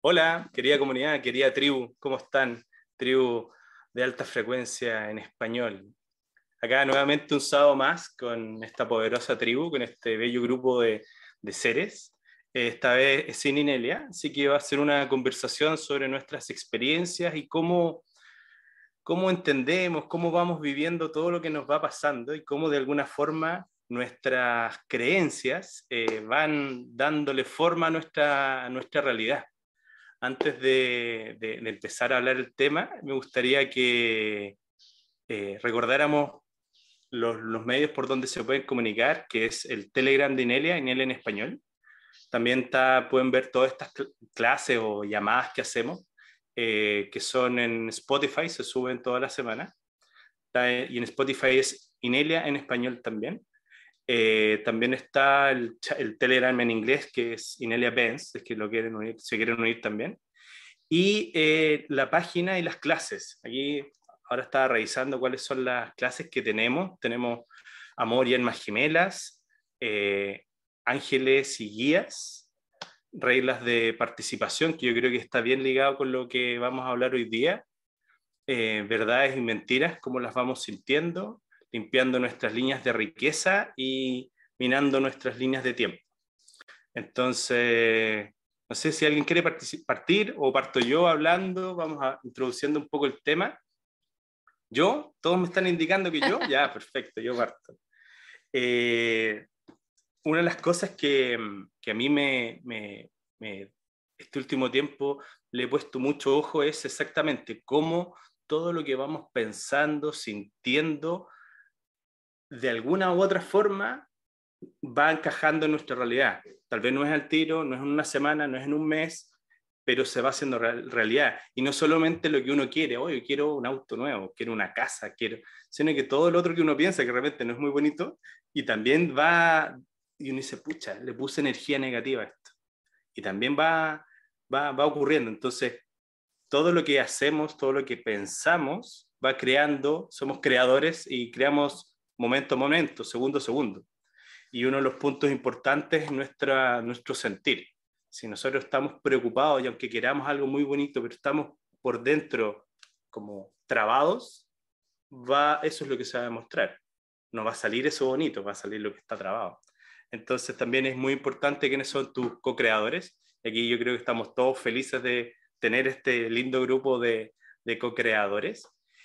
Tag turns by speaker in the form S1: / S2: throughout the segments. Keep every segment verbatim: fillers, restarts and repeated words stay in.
S1: Hola, querida comunidad, querida tribu, ¿cómo están? Tribu de alta frecuencia en español. Acá nuevamente un sábado más con esta poderosa tribu, con este bello grupo de, de seres. Esta vez es sin Inelia, así que va a ser una conversación sobre nuestras experiencias y cómo, cómo entendemos, cómo vamos viviendo todo lo que nos va pasando y cómo de alguna forma nuestras creencias eh, van dándole forma a nuestra, a nuestra realidad. Antes de, de, de, empezar a hablar el tema, me gustaría que eh, recordáramos los, los, medios por donde se pueden comunicar, que es el Telegram de Inelia, Inelia en español. También está, pueden ver todas estas cl clases o llamadas que hacemos, eh, que son en Spotify, se suben toda la semana. Y en Spotify es Inelia en español también. Eh, también está el, el Telegram en inglés, que es Inelia Benz, es que lo quieren unir, se quieren unir también. Y eh, la página y las clases. Aquí ahora estaba revisando cuáles son las clases que tenemos. Tenemos Amor y Almas Gemelas, eh, Ángeles y Guías, reglas de participación, que yo creo que está bien ligado con lo que vamos a hablar hoy día. Eh, verdades y mentiras, cómo las vamos sintiendo, limpiando nuestras líneas de riqueza y minando nuestras líneas de tiempo. Entonces, no sé si alguien quiere partir o parto yo hablando, vamos a introduciendo un poco el tema. ¿Yo? ¿Todos me están indicando que yo? Ya, perfecto, yo parto. Eh, una de las cosas que, que a mí me, me, me, este último tiempo le he puesto mucho ojo es exactamente cómo todo lo que vamos pensando, sintiendo, de alguna u otra forma va encajando en nuestra realidad. Tal vez no es al tiro, no es en una semana, no es en un mes, pero se va haciendo real, realidad. Y no solamente lo que uno quiere, oye, quiero un auto nuevo, quiero una casa, quiero, sino que todo lo otro que uno piensa que realmente no es muy bonito, y también va, y uno dice, pucha, le puse energía negativa a esto. Y también va, va, va ocurriendo. Entonces, todo lo que hacemos, todo lo que pensamos, va creando, somos creadores y creamos momento a momento, segundo a segundo. Y uno de los puntos importantes es nuestra, nuestro sentir. Si nosotros estamos preocupados y aunque queramos algo muy bonito, pero estamos por dentro como trabados, va, eso es lo que se va a demostrar. No va a salir eso bonito, va a salir lo que está trabado. Entonces también es muy importante quiénes son tus co-creadores. Aquí yo creo que estamos todos felices de tener este lindo grupo de, de co-creadores.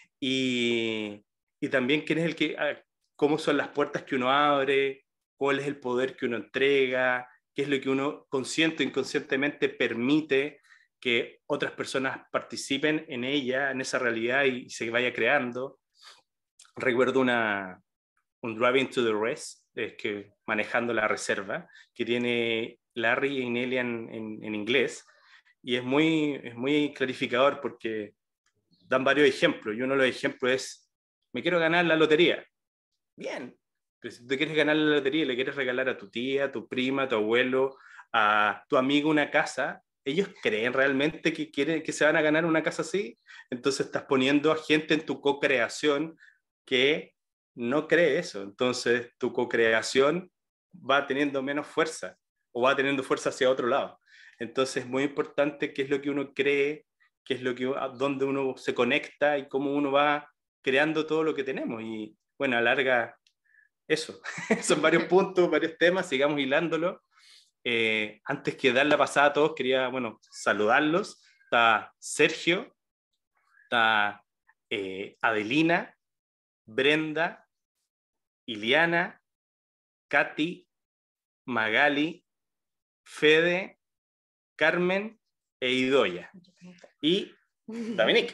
S1: Y, y también quién es el que, cómo son las puertas que uno abre, cuál es el poder que uno entrega, qué es lo que uno consciente o inconscientemente permite que otras personas participen en ella, en esa realidad y, y se vaya creando. Recuerdo una, un Driving to the Rest, es que manejando la reserva, que tiene Larry y Inelia en, en, en inglés, y es muy, es muy clarificador porque dan varios ejemplos, y uno de los ejemplos es, me quiero ganar la lotería. Bien, pero si tú quieres ganar la lotería y le quieres regalar a tu tía, a tu prima, a tu abuelo, a tu amigo una casa, ¿ellos creen realmente que, quieren, que se van a ganar una casa así? Entonces estás poniendo a gente en tu co-creación que no cree eso. Entonces tu co-creación va teniendo menos fuerza o va teniendo fuerza hacia otro lado. Entonces es muy importante qué es lo que uno cree, qué es lo que, dónde uno se conecta y cómo uno va creando todo lo que tenemos. Y bueno, alarga eso. Son varios puntos, varios temas, sigamos hilándolo. Eh, antes que dar la pasada a todos, quería, bueno, saludarlos. Está Sergio, está eh, Adelina, Brenda, Iliana, Katy, Magali, Fede, Carmen e Idoya. Y Dominique.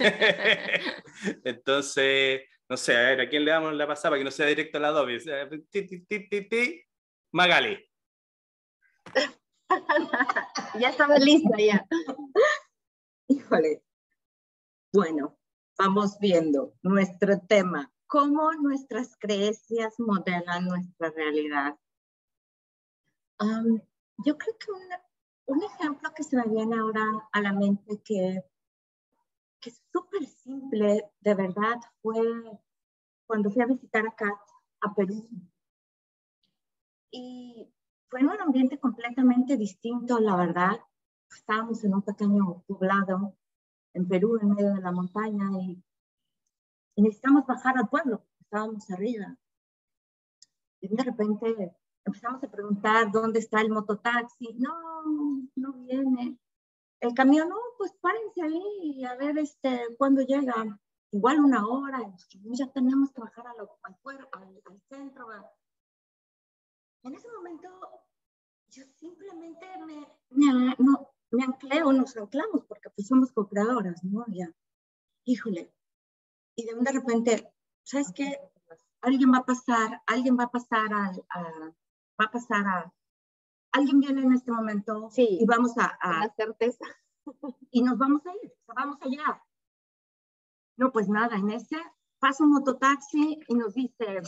S1: Entonces, no sé, a ver, ¿a quién le damos la pasada para que no sea directo a la doble? Magali.
S2: Ya estaba lista ya. Híjole. Bueno, vamos viendo nuestro tema. ¿Cómo nuestras creencias modelan nuestra realidad? Um, yo creo que una, un ejemplo que se me viene ahora a la mente que, que es súper simple, de verdad, fue cuando fui a visitar a Kat a Perú. Y fue en un ambiente completamente distinto, la verdad. estábamos en un pequeño poblado en Perú, en medio de la montaña, y, y necesitamos bajar al pueblo, estábamos arriba. Y de repente empezamos a preguntar dónde está el mototaxi. No, no viene. El camión, no, pues párense ahí a ver este, cuándo llega. Igual una hora, ya tenemos que bajar a lo, al, pueblo, al, al centro. En ese momento, yo simplemente me, me, no, me anclé o nos anclamos, porque pues somos co-creadoras, ¿no? Ya, híjole. Y de, de repente, ¿sabes qué? Alguien va a pasar, alguien va a pasar a, a va a pasar a, alguien viene en este momento, sí, y vamos a, a
S3: la certeza.
S2: Y nos vamos a ir, o sea, vamos allá. No, pues nada, en ese pasa un mototaxi y nos dice,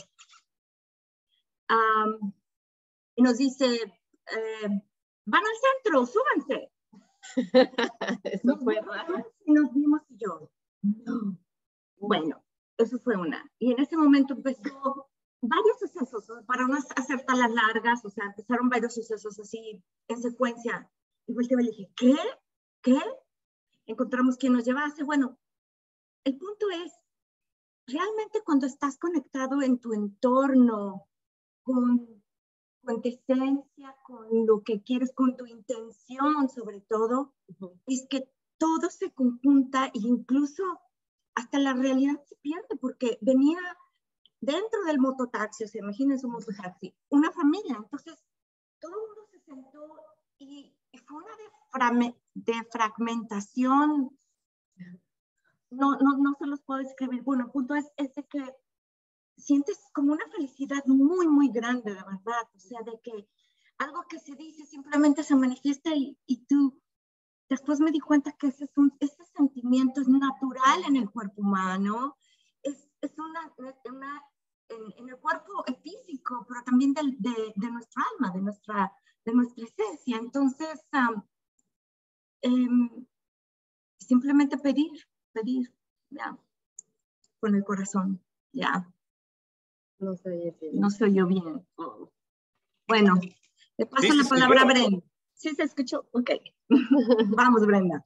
S2: um, y nos dice, eh, van al centro, súbanse.
S3: Eso
S2: nos
S3: fue raro.
S2: Y nos vimos y yo, no. Bueno, eso fue una. Y en ese momento empezó varios sucesos, para no hacer talas largas, o sea, empezaron varios sucesos así en secuencia. Y volteé y le dije, ¿qué? ¿Qué? Encontramos quien nos llevase. Bueno, el punto es, realmente cuando estás conectado en tu entorno, con, con tu esencia, con lo que quieres, con tu intención sobre todo, uh-huh. es que todo se conjunta e incluso hasta la realidad se pierde, porque venía dentro del mototaxi, o sea, imagínense un mototaxi, una familia, entonces todo el mundo se sentó y, y fue una deframe, defragmentación. No, no, no se los puedo describir. Bueno, el punto es, es de que sientes como una felicidad muy, muy grande, de verdad. O sea, de que algo que se dice simplemente se manifiesta y, y tú, después me di cuenta que ese, es un, ese sentimiento es natural en el cuerpo humano, es, es una, una en, en el cuerpo físico, pero también de, de, de nuestra alma, de nuestra, de nuestra esencia. Entonces, um, um, simplemente pedir, pedir, ya, con el corazón, ya.
S3: No se oye bien.
S2: No se oyó bien. Bueno, le paso sí, la palabra a Brenda. ¿Sí se escuchó? Ok. Vamos, Brenda.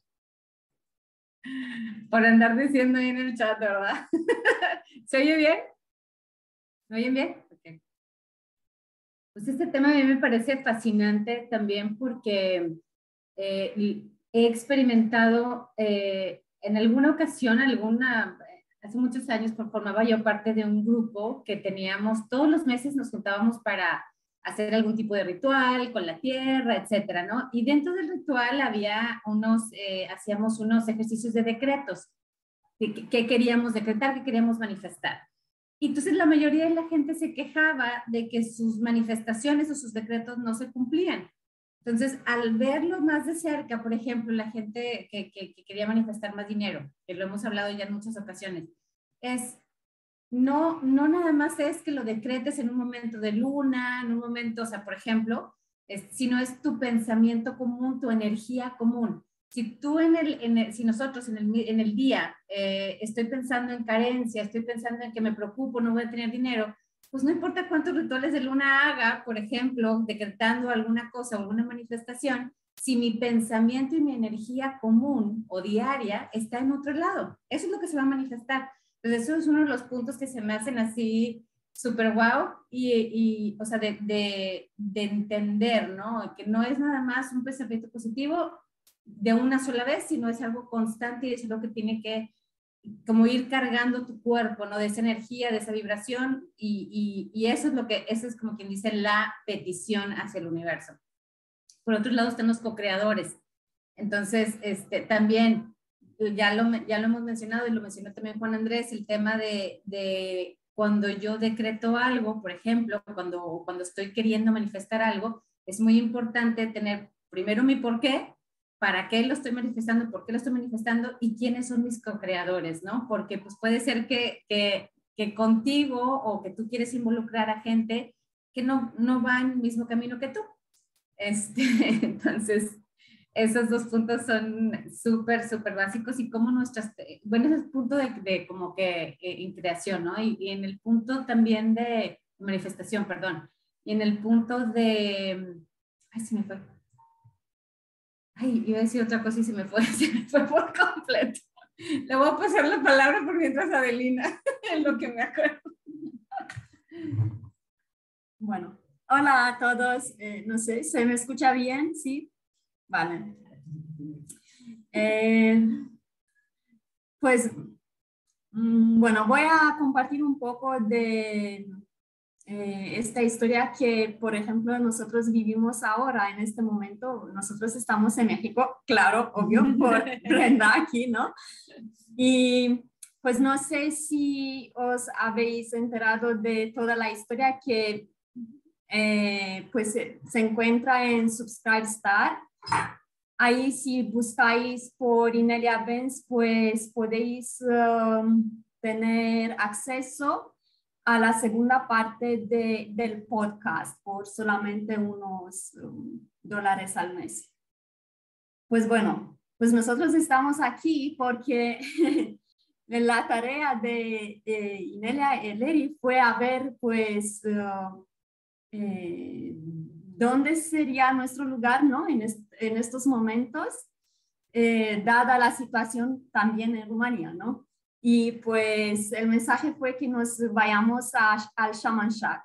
S4: Por andar diciendo ahí en el chat, ¿verdad? ¿Se oye bien? ¿Me oyen bien? Okay. Pues este tema a mí me parece fascinante también porque eh, he experimentado eh, en alguna ocasión, alguna, hace muchos años, formaba yo parte de un grupo que teníamos, todos los meses nos juntábamos para hacer algún tipo de ritual con la tierra, etcétera, ¿no? Y dentro del ritual había unos, eh, hacíamos unos ejercicios de decretos, que, que queríamos decretar, que queríamos manifestar. Y entonces la mayoría de la gente se quejaba de que sus manifestaciones o sus decretos no se cumplían. Entonces, al verlo más de cerca, por ejemplo, la gente que, que, que quería manifestar más dinero, que lo hemos hablado ya en muchas ocasiones, es, no, no nada más es que lo decretes en un momento de luna, en un momento, o sea, por ejemplo, es, sino es tu pensamiento común, tu energía común. Si tú en el, en el si nosotros en el, en el día eh, estoy pensando en carencia, estoy pensando en que me preocupo, no voy a tener dinero, pues no importa cuántos rituales de luna haga, por ejemplo, decretando alguna cosa o alguna manifestación, si mi pensamiento y mi energía común o diaria está en otro lado, eso es lo que se va a manifestar. Entonces eso es uno de los puntos que se me hacen así súper guau y, y, o sea, de, de, de entender, ¿no? Que no es nada más un pensamiento positivo de una sola vez, sino es algo constante y es lo que tiene que como ir cargando tu cuerpo, ¿no? De esa energía, de esa vibración y, y, y eso es lo que, eso es como quien dice la petición hacia el universo. Por otro lado están los co-creadores. Entonces, este, también, ya lo, ya lo hemos mencionado y lo mencionó también Juan Andrés, el tema de, de cuando yo decreto algo, por ejemplo, cuando, cuando estoy queriendo manifestar algo, es muy importante tener primero mi por qué, para qué lo estoy manifestando, por qué lo estoy manifestando y quiénes son mis co-creadores, ¿no? Porque pues puede ser que, que, que contigo o que tú quieres involucrar a gente que no, no va en el mismo camino que tú. Este, entonces, esos dos puntos son súper, súper básicos y como nuestras, bueno, ese es el punto de, de como que eh, en creación, ¿no? Y, y en el punto también de manifestación, perdón, y en el punto de, ay, se me fue. Ay, iba a decir otra cosa y se me fue, se me fue por completo. Le voy a pasar la palabra por mientras Adelina, en lo que me acuerdo. Bueno, hola a todos. Eh, no sé, ¿se me escucha bien? ¿Sí? Vale. Eh, pues, mm, bueno, voy a compartir un poco de eh, esta historia que, por ejemplo, nosotros vivimos ahora, en este momento. Nosotros estamos en México, claro, obvio, por Brenda aquí, ¿no? Y pues no sé si os habéis enterado de toda la historia que eh, pues se, se encuentra en Subscribestar. Ahí si buscáis por Inelia Benz, pues podéis um, tener acceso a la segunda parte de, del podcast por solamente unos um, dólares al mes. Pues bueno, pues nosotros estamos aquí porque la tarea de, de Inelia Eleri fue a ver pues uh, eh, dónde sería nuestro lugar, ¿no? En, est en estos momentos, eh, dada la situación también en Rumanía, ¿no? Y pues el mensaje fue que nos vayamos a, al Shaman Shack.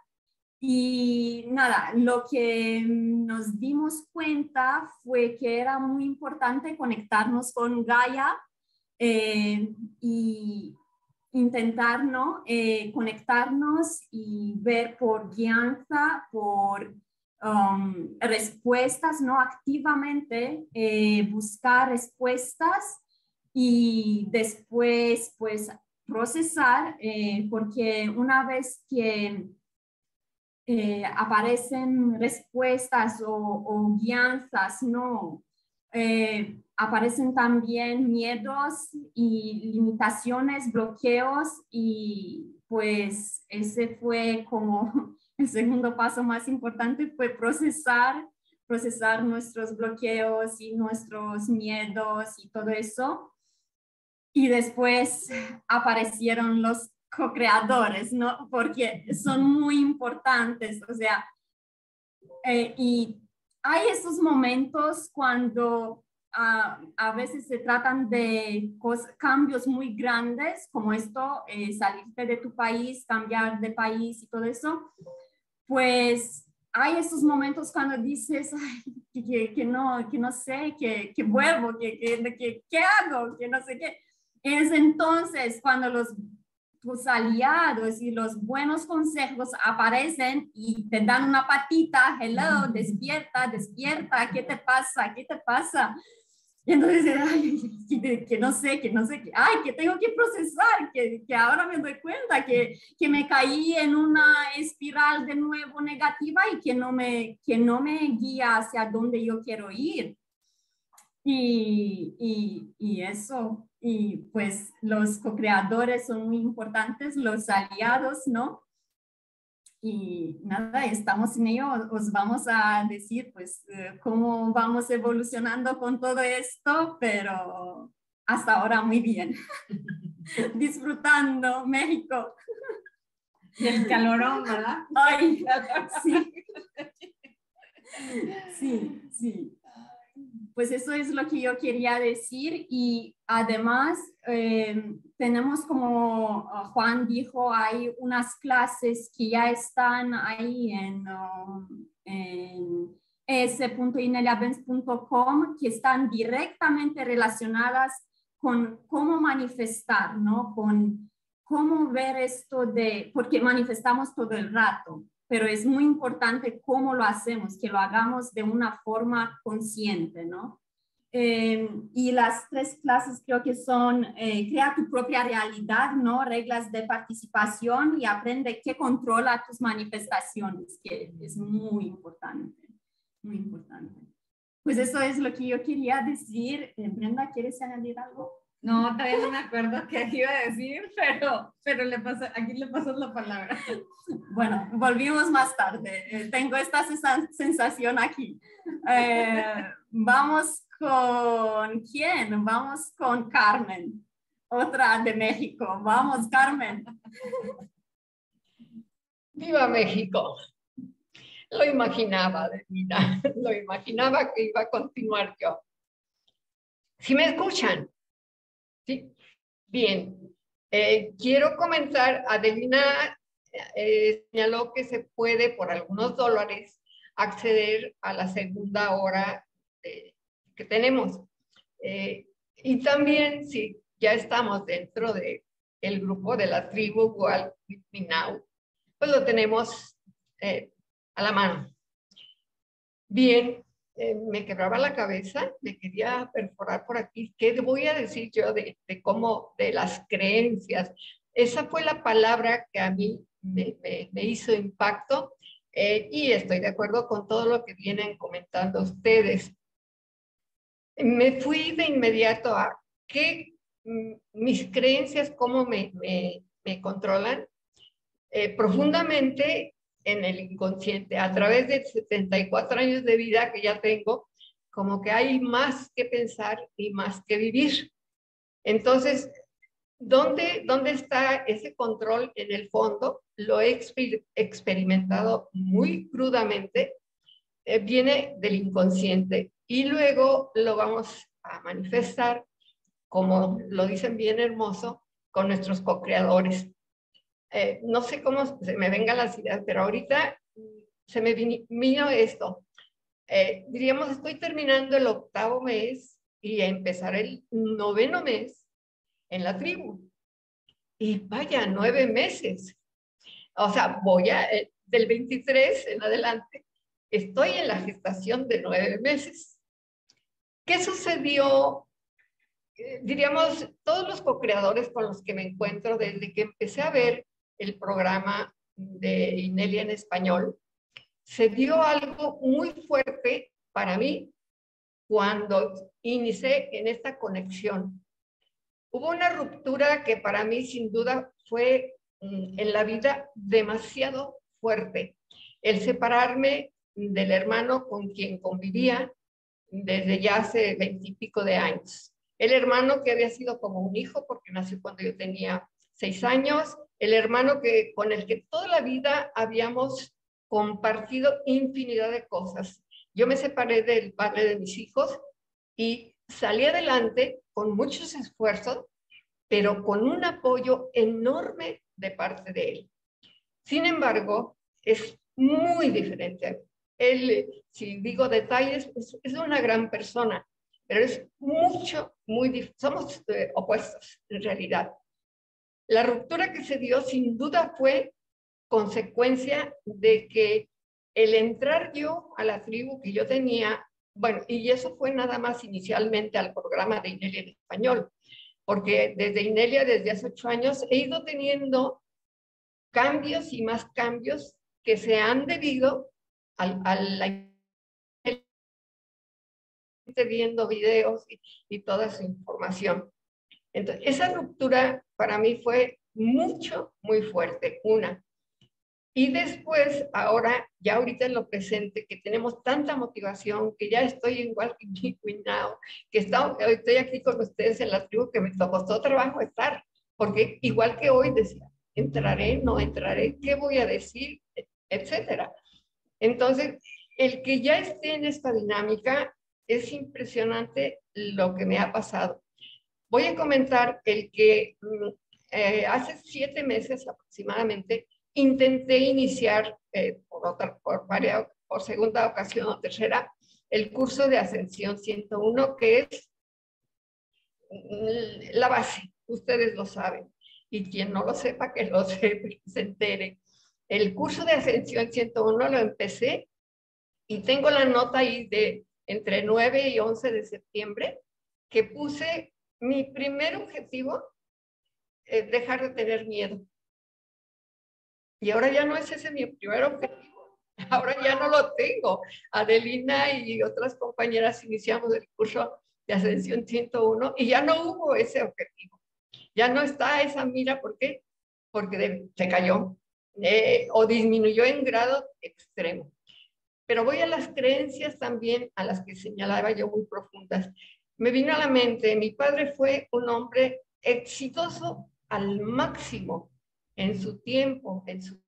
S4: Y nada, lo que nos dimos cuenta fue que era muy importante conectarnos con Gaia eh, y intentar, ¿no? eh, conectarnos y ver por guianza, por um, respuestas, ¿no? Activamente eh, buscar respuestas y después, pues, procesar, eh, porque una vez que eh, aparecen respuestas o, o guianzas, ¿no? Eh, aparecen también miedos y limitaciones, bloqueos, y pues ese fue como el segundo paso más importante, fue procesar, procesar nuestros bloqueos y nuestros miedos y todo eso. Y después aparecieron los co-creadores, ¿no? Porque son muy importantes, o sea, eh, y hay esos momentos cuando uh, a veces se tratan de cambios muy grandes, como esto, eh, salirte de tu país, cambiar de país y todo eso, pues hay esos momentos cuando dices, ay, que, que, que, no, que no sé, que, que vuelvo, que, que, que, ¿qué hago? Que no sé qué. Es entonces cuando los tus aliados y los buenos consejos aparecen y te dan una patita, hello, despierta, despierta, ¿qué te pasa? ¿Qué te pasa? Y entonces, ay, que, que no sé, que no sé, que, ay, que tengo que procesar, que, que ahora me doy cuenta que, que me caí en una espiral de nuevo negativa y que no me, que no me guía hacia donde yo quiero ir. Y, y, y eso, y pues los co-creadores son muy importantes, los aliados, ¿no? Y nada, estamos en ello, os vamos a decir pues cómo vamos evolucionando con todo esto, pero hasta ahora muy bien. Disfrutando México.
S3: Y el calorón, ¿verdad?
S4: Ay, sí. Sí, sí. Pues eso es lo que yo quería decir, y además eh, tenemos, como Juan dijo, hay unas clases que ya están ahí en, um, en e s punto inelia benz punto com que están directamente relacionadas con cómo manifestar, ¿no? Con cómo ver esto de, porque manifestamos todo el rato, pero es muy importante cómo lo hacemos, que lo hagamos de una forma consciente, ¿no? Eh, y las tres clases creo que son, eh, crea tu propia realidad, ¿no? Reglas de participación y aprende qué controla tus manifestaciones, que es muy importante, muy importante. Pues eso es lo que yo quería decir. Eh, Brenda, ¿quieres añadir algo?
S3: No, todavía no me acuerdo qué iba a decir, pero, pero le paso, aquí le pasas la palabra.
S4: Bueno, volvimos más tarde. Eh, tengo esta sensación aquí. Eh, vamos con ¿quién? Vamos con Carmen, otra de México. Vamos, Carmen.
S5: ¡Viva México! Lo imaginaba, Delina, lo imaginaba que iba a continuar yo. ¿Sí me escuchan? Sí. Bien. Eh, quiero comenzar. Adelina eh, señaló que se puede, por algunos dólares, acceder a la segunda hora eh, que tenemos. Eh, y también, si ya estamos dentro de el grupo de la tribu Walk With Me Now, pues lo tenemos eh, a la mano. Bien, eh, me quebraba la cabeza, me quería perforar por aquí. ¿Qué voy a decir yo de, de cómo, de las creencias? Esa fue la palabra que a mí me, me, me hizo impacto eh, y estoy de acuerdo con todo lo que vienen comentando ustedes. Me fui de inmediato a qué mis creencias, cómo me, me, me controlan eh, profundamente en el inconsciente. A través de setenta y cuatro años de vida que ya tengo, como que hay más que pensar y más que vivir. Entonces, ¿dónde, dónde está ese control en el fondo? Lo he exper experimentado muy crudamente. Eh, viene del inconsciente y luego lo vamos a manifestar, como lo dicen bien hermoso, con nuestros co-creadores. Eh, no sé cómo se me vengan las ideas, pero ahorita se me vino esto. Eh, diríamos, estoy terminando el octavo mes y empezaré el noveno mes en la tribu. Y vaya, nueve meses. O sea, voy a, eh, del veintitrés en adelante, estoy en la gestación de nueve meses. ¿Qué sucedió? Eh, diríamos, todos los co-creadores con los que me encuentro desde que empecé a ver el programa de Inelia en español, se dio algo muy fuerte para mí cuando inicié en esta conexión. Hubo una ruptura que para mí sin duda fue en la vida demasiado fuerte. El separarme del hermano con quien convivía desde ya hace veintipico de años. El hermano que había sido como un hijo porque nació cuando yo tenía seis años, el hermano que, con el que toda la vida habíamos compartido infinidad de cosas. Yo me separé del padre de mis hijos y salí adelante con muchos esfuerzos, pero con un apoyo enorme de parte de él. Sin embargo, es muy diferente a mí. Él, si digo detalles, es, es una gran persona, pero es mucho, muy diferente. Somos eh, opuestos, en realidad. La ruptura que se dio, sin duda, fue consecuencia de que el entrar yo a la tribu que yo tenía, bueno, y eso fue nada más inicialmente al programa de Inelia en español, porque desde Inelia, desde hace ocho años, he ido teniendo cambios y más cambios que se han debido a, a la viendo videos y, y toda su información. Entonces, esa ruptura para mí fue mucho, muy fuerte, una. Y después, ahora, ya ahorita en lo presente, que tenemos tanta motivación, que ya estoy en Walk With Me Now, que está, estoy aquí con ustedes en la tribu, que me costó trabajo estar, porque igual que hoy decía, entraré, no entraré, qué voy a decir, etcétera. Entonces, el que ya esté en esta dinámica, es impresionante lo que me ha pasado. Voy a comentar el que eh, hace siete meses aproximadamente intenté iniciar eh, por, otra, por, varias, por segunda ocasión o tercera el curso de Ascensión ciento uno, que es la base, ustedes lo saben, y quien no lo sepa, que lo sepa, que se entere. El curso de Ascensión ciento uno lo empecé y tengo la nota ahí de entre nueve y once de septiembre, que puse mi primer objetivo, es dejar de tener miedo. Y ahora ya no es ese mi primer objetivo, ahora ya no lo tengo. Adelina y otras compañeras iniciamos el curso de Ascensión ciento uno y ya no hubo ese objetivo. Ya no está esa mira, ¿por qué? Porque de, se cayó eh, o disminuyó en grado extremo. Pero voy a las creencias también, a las que señalaba yo muy profundas. Me vino a la mente, mi padre fue un hombre exitoso al máximo en su tiempo, en su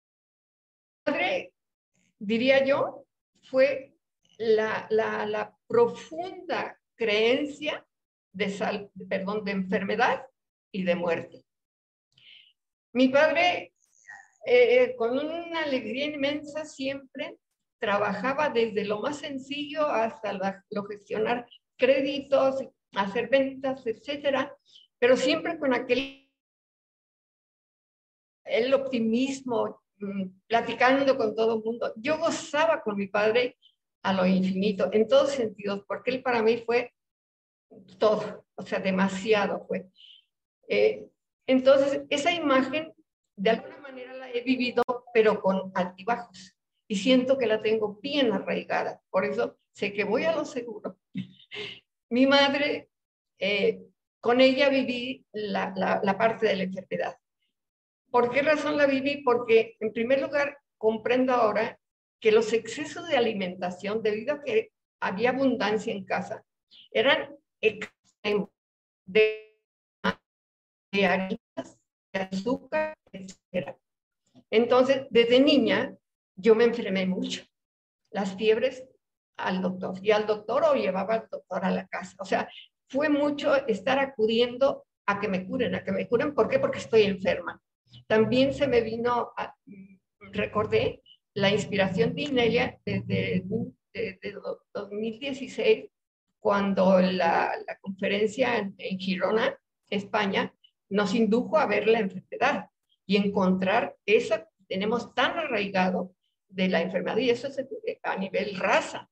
S5: padre, diría yo, fue la, la, la profunda creencia de, sal, perdón, de enfermedad y de muerte. Mi padre, eh, con una alegría inmensa, siempre trabajaba desde lo más sencillo hasta la, lo gestionar créditos, hacer ventas, etcétera, pero siempre con aquel el optimismo, platicando con todo el mundo. Yo gozaba con mi padre a lo infinito, en todos sentidos, porque él para mí fue todo, o sea, demasiado fue. Eh, entonces, esa imagen, de alguna manera la he vivido, pero con altibajos, y siento que la tengo bien arraigada, por eso sé que voy a lo seguro. Mi madre, eh, con ella viví la, la, la parte de la enfermedad. ¿Por qué razón la viví? Porque, en primer lugar, comprendo ahora que los excesos de alimentación, debido a que había abundancia en casa, eran extremos de, de harinas, de azúcar, etcétera. Entonces, desde niña, yo me enfermé mucho. Las fiebres al doctor, y al doctor o llevaba al doctor a la casa. O sea, fue mucho estar acudiendo a que me curen, a que me curen. ¿Por qué? Porque estoy enferma. También se me vino, a, recordé la inspiración de Inelia desde, desde dos mil dieciséis, cuando la, la conferencia en, en Girona, España, nos indujo a ver la enfermedad y encontrar eso que tenemos tan arraigado de la enfermedad, y eso es a nivel raza.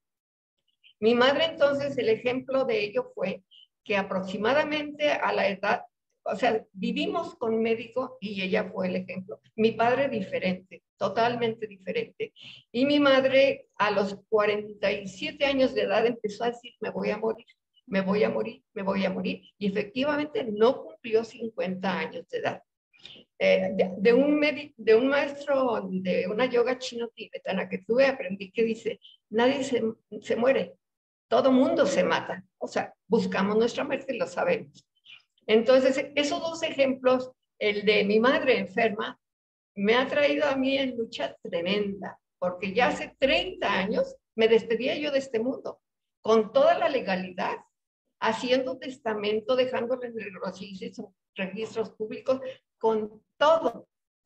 S5: Mi madre, entonces, el ejemplo de ello fue que aproximadamente a la edad, o sea, vivimos con médico y ella fue el ejemplo. Mi padre diferente, totalmente diferente. Y mi madre a los cuarenta y siete años de edad empezó a decir, me voy a morir, me voy a morir, me voy a morir. Y efectivamente no cumplió cincuenta años de edad. Eh, de, de, un de un maestro de una yoga chino-tibetana que tuve, aprendí que dice, nadie se, se muere, todo mundo se mata. O sea, buscamos nuestra muerte y lo sabemos. Entonces, esos dos ejemplos, el de mi madre enferma, me ha traído a mí en lucha tremenda, porque ya hace treinta años me despedía yo de este mundo, con toda la legalidad, haciendo testamento, dejándole en los registros, registros públicos, con todo.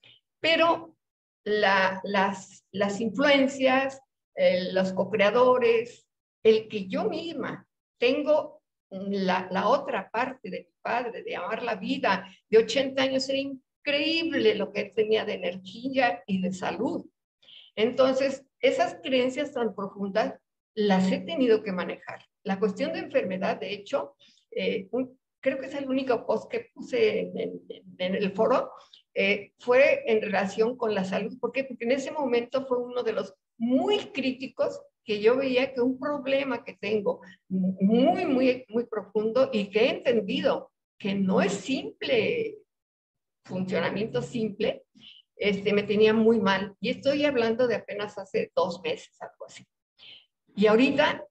S5: Pero la, las, las influencias, eh, los co-creadores, el que yo misma tengo la, la otra parte de mi padre, de amar la vida, de ochenta años, era increíble lo que él tenía de energía y de salud. Entonces, esas creencias tan profundas las he tenido que manejar. La cuestión de enfermedad, de hecho, eh, un, creo que es el único post que puse en, en, en el foro, eh, fue en relación con la salud. ¿Por qué? Porque en ese momento fue uno de los muy críticos, que yo veía que un problema que tengo muy, muy, muy profundo, y que he entendido que no es simple, funcionamiento simple, este, me tenía muy mal. Y estoy hablando de apenas hace dos meses, algo así. Y ahorita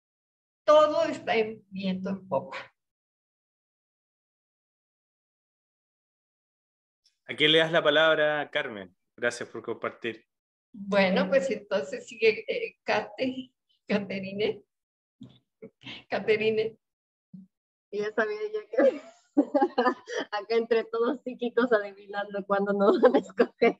S5: todo está en viento en popa.
S1: ¿A quién le das la palabra, Carmen? Gracias por compartir.
S5: Bueno, pues entonces sigue eh, Kate, Caterine. Caterine.
S2: Ya sabía ya que acá entre todos psíquicos adivinando cuándo nos van a escoger.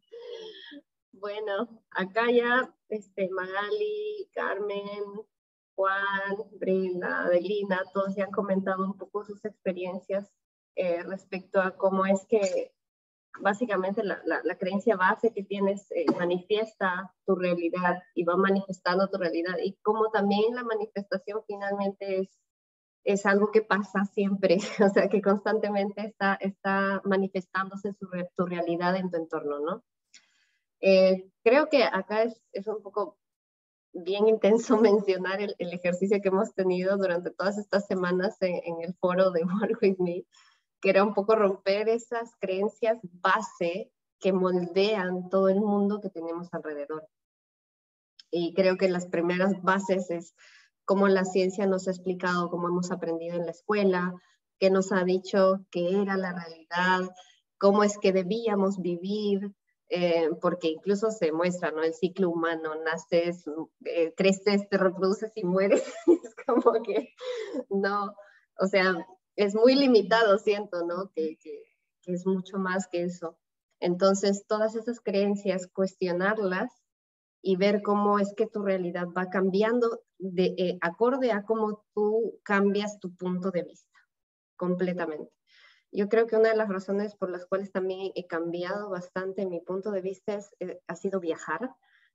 S2: Bueno, acá ya este, Magali, Carmen, Juan, Brenda, Adelina, todos ya han comentado un poco sus experiencias eh, respecto a cómo es que básicamente la, la, la creencia base que tienes eh, manifiesta tu realidad y va manifestando tu realidad, y cómo también la manifestación finalmente es, es algo que pasa siempre, o sea, que constantemente está, está manifestándose su, tu realidad en tu entorno, ¿no? Eh, creo que acá es, es un poco bien intenso mencionar el, el ejercicio que hemos tenido durante todas estas semanas en, en el foro de Work With Me, que era un poco romper esas creencias base que moldean todo el mundo que tenemos alrededor. Y creo que las primeras bases es cómo la ciencia nos ha explicado, cómo hemos aprendido en la escuela, qué nos ha dicho que era la realidad, cómo es que debíamos vivir,
S6: eh, porque incluso se muestra, ¿no? El ciclo humano, naces, eh, creces, te reproduces y mueres. Es como que no, o sea, es muy limitado, siento, ¿no? Que, que, que es mucho más que eso. Entonces, todas esas creencias, cuestionarlas y ver cómo es que tu realidad va cambiando de, eh, acorde a cómo tú cambias tu punto de vista, completamente. Yo creo que una de las razones por las cuales también he cambiado bastante mi punto de vista es, eh, ha sido viajar.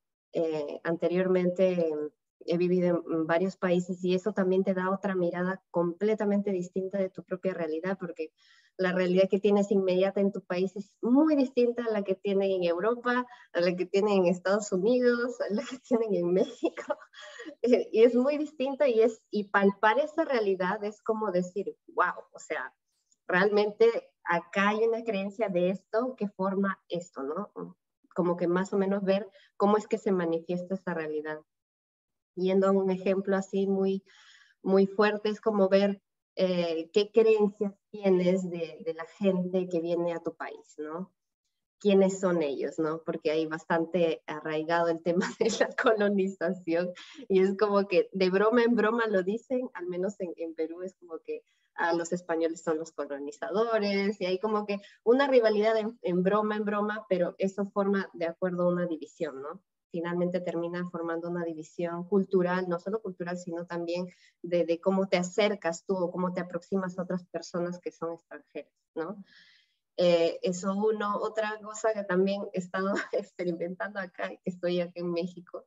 S6: Eh, anteriormente eh, he vivido en varios países y eso también te da otra mirada completamente distinta de tu propia realidad, porque la realidad que tienes inmediata en tu país es muy distinta a la que tienen en Europa, a la que tienen en Estados Unidos, a la que tienen en México. Y es muy distinta y, es, y palpar esa realidad es como decir, wow, o sea, realmente acá hay una creencia de esto que forma esto, ¿no? Como que más o menos ver cómo es que se manifiesta esa realidad. Yendo a un ejemplo así muy, muy fuerte, es como ver eh, qué creencias tienes de, de la gente que viene a tu país, ¿no? ¿Quiénes son ellos, no? Porque hay bastante arraigado el tema de la colonización y es como que de broma en broma lo dicen, al menos en, en Perú es como que a los españoles son los colonizadores y hay como que una rivalidad en, en broma en broma, pero eso forma de acuerdo a una división, ¿no? Finalmente termina formando una división cultural, no solo cultural, sino también de, de cómo te acercas tú o cómo te aproximas a otras personas que son extranjeras, ¿no? Eh, eso uno, otra cosa que también he estado experimentando acá, que estoy aquí en México,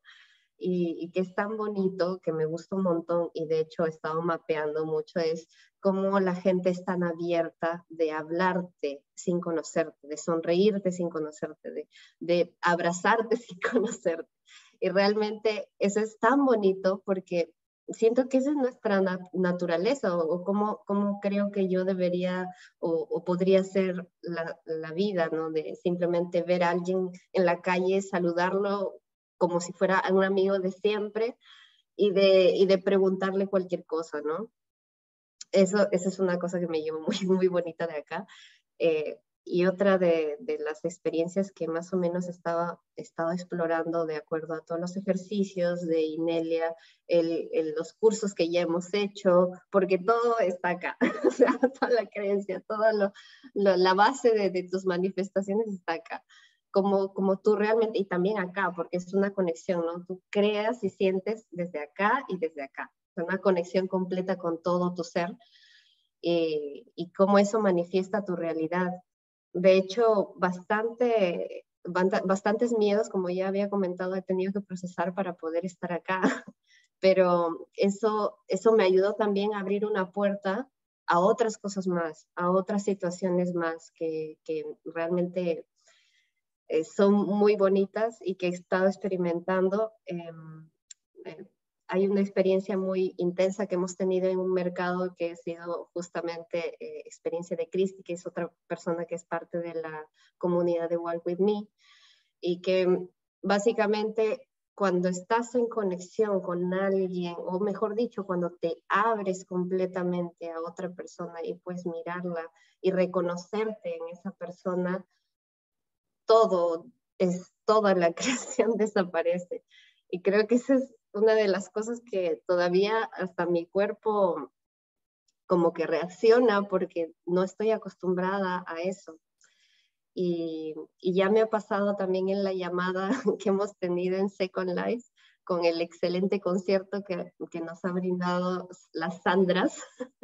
S6: y, y que es tan bonito, que me gusta un montón, y de hecho he estado mapeando mucho, es cómo la gente es tan abierta de hablarte sin conocerte, de sonreírte sin conocerte, de, de abrazarte sin conocerte. Y realmente eso es tan bonito porque siento que esa es nuestra nat naturaleza o, o cómo, cómo creo que yo debería o, o podría ser la, la vida, ¿no? De simplemente ver a alguien en la calle, saludarlo como si fuera un amigo de siempre y de, y de preguntarle cualquier cosa, ¿no? Eso, eso es una cosa que me llevo muy, muy bonita de acá. Eh, y otra de, de las experiencias que más o menos estaba, estaba explorando de acuerdo a todos los ejercicios de Inelia, el, el, los cursos que ya hemos hecho, porque todo está acá, o sea, toda la creencia, toda lo, lo, la base de, de tus manifestaciones está acá. Como, como tú realmente, y también acá, porque es una conexión, ¿no? Tú creas y sientes desde acá y desde acá. Es una conexión completa con todo tu ser eh, y cómo eso manifiesta tu realidad. De hecho, bastante, bastantes miedos, como ya había comentado, he tenido que procesar para poder estar acá, pero eso, eso me ayudó también a abrir una puerta a otras cosas más, a otras situaciones más que, que realmente eh, son muy bonitas y que he estado experimentando. Eh, eh, hay una experiencia muy intensa que hemos tenido en un mercado que ha sido justamente eh, experiencia de Cristi, que es otra persona que es parte de la comunidad de Walk With Me, y que básicamente cuando estás en conexión con alguien, o mejor dicho, cuando te abres completamente a otra persona y puedes mirarla y reconocerte en esa persona, todo, es, toda la creación desaparece. Y creo que esa es una de las cosas que todavía hasta mi cuerpo como que reacciona porque no estoy acostumbrada a eso. Y, y ya me ha pasado también en la llamada que hemos tenido en Second Life con el excelente concierto que, que nos ha brindado las Sandras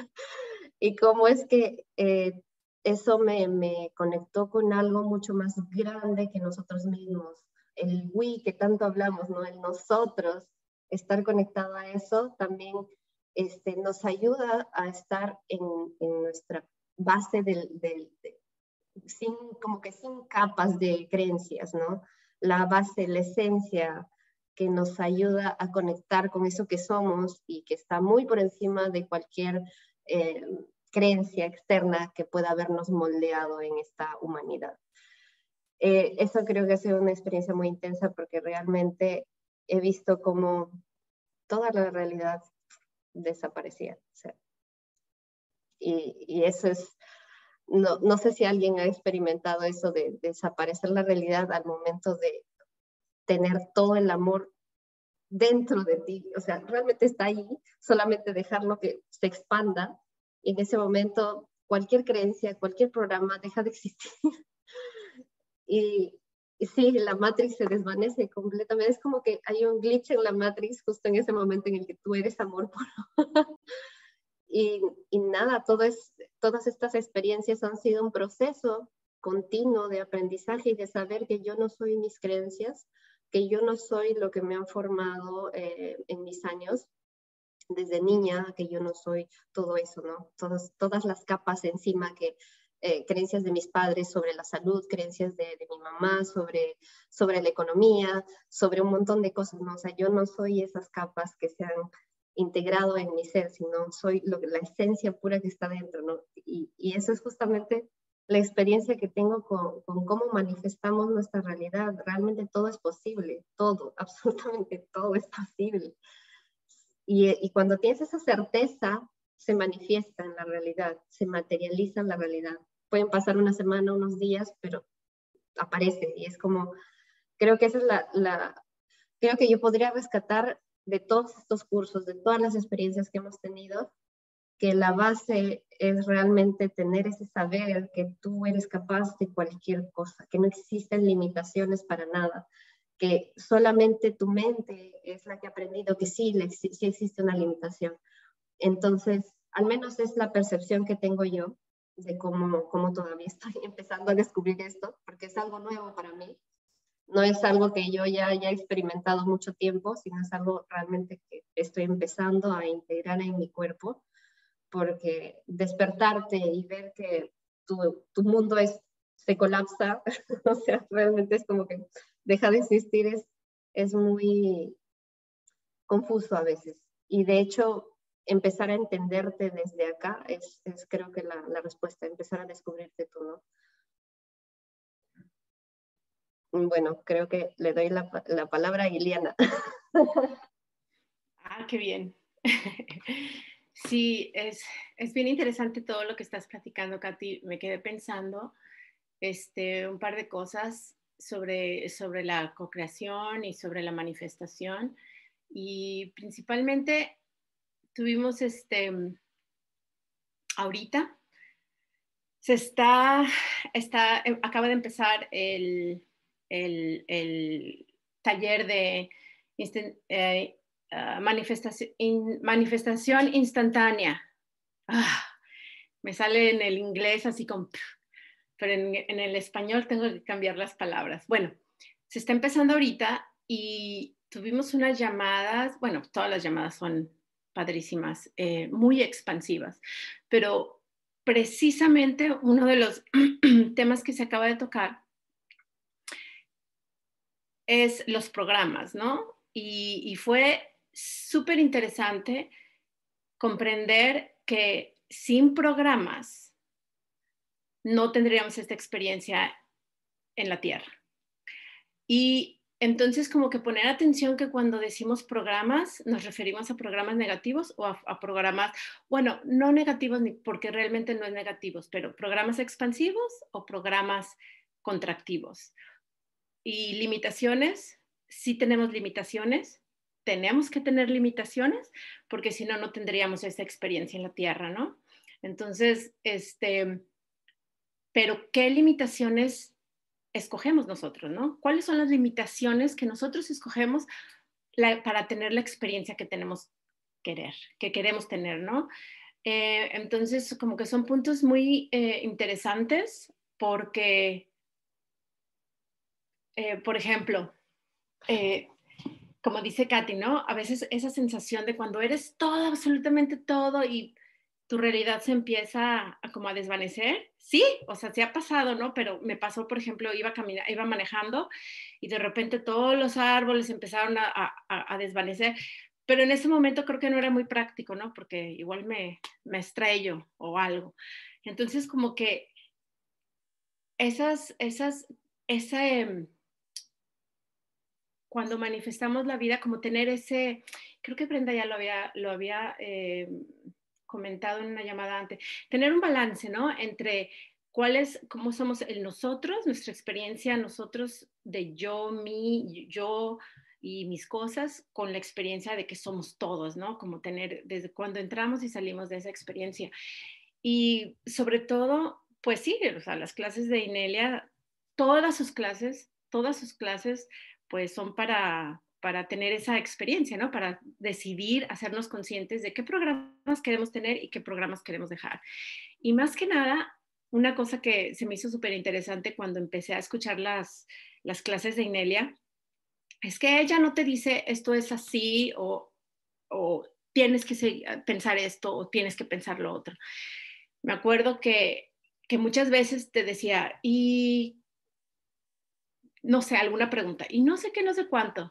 S6: y cómo es que eh, eso me, me conectó con algo mucho más grande que nosotros mismos. El we que tanto hablamos, ¿no? El nosotros, estar conectado a eso también este, nos ayuda a estar en, en nuestra base del, del, de, sin, como que sin capas de creencias, ¿no? La base, la esencia que nos ayuda a conectar con eso que somos y que está muy por encima de cualquier eh, creencia externa que pueda habernos moldeado en esta humanidad. Eh, eso creo que ha sido una experiencia muy intensa porque realmente he visto cómo toda la realidad desaparecía. O sea, y, y eso es no, no sé si alguien ha experimentado eso de, de desaparecer la realidad al momento de tener todo el amor dentro de ti, o sea, realmente está ahí, solamente dejarlo que se expanda, y en ese momento cualquier creencia, cualquier programa deja de existir. y, y sí, la Matrix se desvanece completamente, es como que hay un glitch en la Matrix justo en ese momento en el que tú eres amor puro. y, y nada, todo es, todas estas experiencias han sido un proceso continuo de aprendizaje y de saber que yo no soy mis creencias, que yo no soy lo que me han formado eh, en mis años desde niña, que yo no soy todo eso, ¿no? Todas, todas las capas encima que eh, creencias de mis padres sobre la salud, creencias de, de mi mamá sobre, sobre la economía, sobre un montón de cosas, ¿no? O sea, yo no soy esas capas que se han integrado en mi ser, sino soy lo, la esencia pura que está dentro, ¿no? Y, y eso es justamente la experiencia que tengo con, con cómo manifestamos nuestra realidad. Realmente todo es posible, todo, absolutamente todo es posible. Y, y cuando tienes esa certeza, se manifiesta en la realidad, se materializa en la realidad. Pueden pasar una semana, unos días, pero aparece. Y es como, creo que esa es la, la creo que yo podría rescatar de todos estos cursos, de todas las experiencias que hemos tenido, que la base es realmente tener ese saber que tú eres capaz de cualquier cosa, que no existen limitaciones para nada, que solamente tu mente es la que ha aprendido que sí, sí existe una limitación. Entonces, al menos es la percepción que tengo yo de cómo, cómo todavía estoy empezando a descubrir esto, porque es algo nuevo para mí. No es algo que yo ya haya experimentado mucho tiempo, sino es algo realmente que estoy empezando a integrar en mi cuerpo, porque despertarte y ver que tu, tu mundo es, se colapsa, o sea, realmente es como que deja de existir, es, es muy confuso a veces. Y de hecho, empezar a entenderte desde acá es, es creo que la, la respuesta, empezar a descubrirte tú, ¿no? Bueno, creo que le doy la, la palabra a Iliana.
S7: Ah, qué bien. Sí, es, es bien interesante todo lo que estás platicando, Katy. Me quedé pensando este, un par de cosas sobre, sobre la co-creación y sobre la manifestación. Y principalmente tuvimos este, ahorita, se está, está acaba de empezar el, el, el taller de eh, uh, manifestación, in, manifestación instantánea. Ah, me sale en el inglés así como, pero en, en el español tengo que cambiar las palabras. Bueno, se está empezando ahorita y tuvimos unas llamadas, bueno, todas las llamadas son padrísimas, eh, muy expansivas, pero precisamente uno de los temas que se acaba de tocar es los programas, ¿no? Y, y fue súper interesante comprender que sin programas no tendríamos esta experiencia en la Tierra. Y entonces como que poner atención que cuando decimos programas nos referimos a programas negativos o a, a programas, bueno, no negativos ni porque realmente no es negativos, pero programas expansivos o programas contractivos. Y limitaciones, sí tenemos limitaciones, tenemos que tener limitaciones porque si no, no tendríamos esa experiencia en la Tierra, ¿no? Entonces, este, pero ¿qué limitaciones escogemos nosotros, ¿no? ¿Cuáles son las limitaciones que nosotros escogemos la, para tener la experiencia que tenemos querer, que queremos tener, ¿no? Eh, entonces, como que son puntos muy eh, interesantes porque, eh, por ejemplo, eh, como dice Katy, ¿no? A veces esa sensación de cuando eres todo, absolutamente todo y tu realidad se empieza a, a como a desvanecer. Sí, o sea, sí ha pasado, ¿no? Pero me pasó, por ejemplo, iba, camina, iba manejando y de repente todos los árboles empezaron a, a, a desvanecer. Pero en ese momento creo que no era muy práctico, ¿no? Porque igual me, me estrello o algo. Entonces, como que esas, esas, ese... cuando manifestamos la vida, como tener ese, creo que Brenda ya lo había, lo había eh, comentado en una llamada antes, tener un balance, ¿no? Entre cuál es, cómo somos el nosotros, nuestra experiencia, nosotros de yo, mí, yo y mis cosas, con la experiencia de que somos todos, ¿no? Como tener, desde cuando entramos y salimos de esa experiencia. Y sobre todo, pues sí, o sea, las clases de Inelia, todas sus clases, todas sus clases, pues son para, para tener esa experiencia, ¿no? Para decidir, hacernos conscientes de qué programas queremos tener y qué programas queremos dejar. Y más que nada, una cosa que se me hizo súper interesante cuando empecé a escuchar las, las clases de Inelia, es que ella no te dice esto es así o, o tienes que pensar esto o tienes que pensar lo otro. Me acuerdo que, que muchas veces te decía, y no sé, alguna pregunta, y no sé qué, no sé cuánto.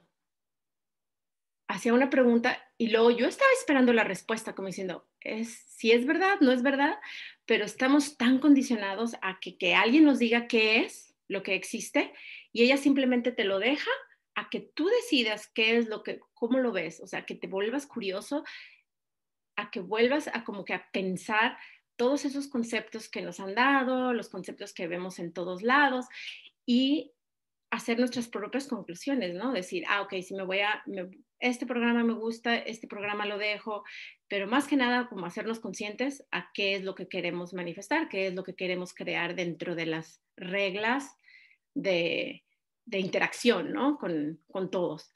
S7: Hacía una pregunta y luego yo estaba esperando la respuesta, como diciendo, es, si es verdad, no es verdad, pero estamos tan condicionados a que, que alguien nos diga qué es lo que existe y ella simplemente te lo deja a que tú decidas qué es lo que, cómo lo ves, o sea, que te vuelvas curioso, a que vuelvas a como que a pensar todos esos conceptos que nos han dado, los conceptos que vemos en todos lados y hacer nuestras propias conclusiones, ¿no? Decir, ah, ok, si me voy a, me, este programa me gusta, este programa lo dejo, pero más que nada como hacernos conscientes a qué es lo que queremos manifestar, qué es lo que queremos crear dentro de las reglas de, de interacción, ¿no? Con, con todos.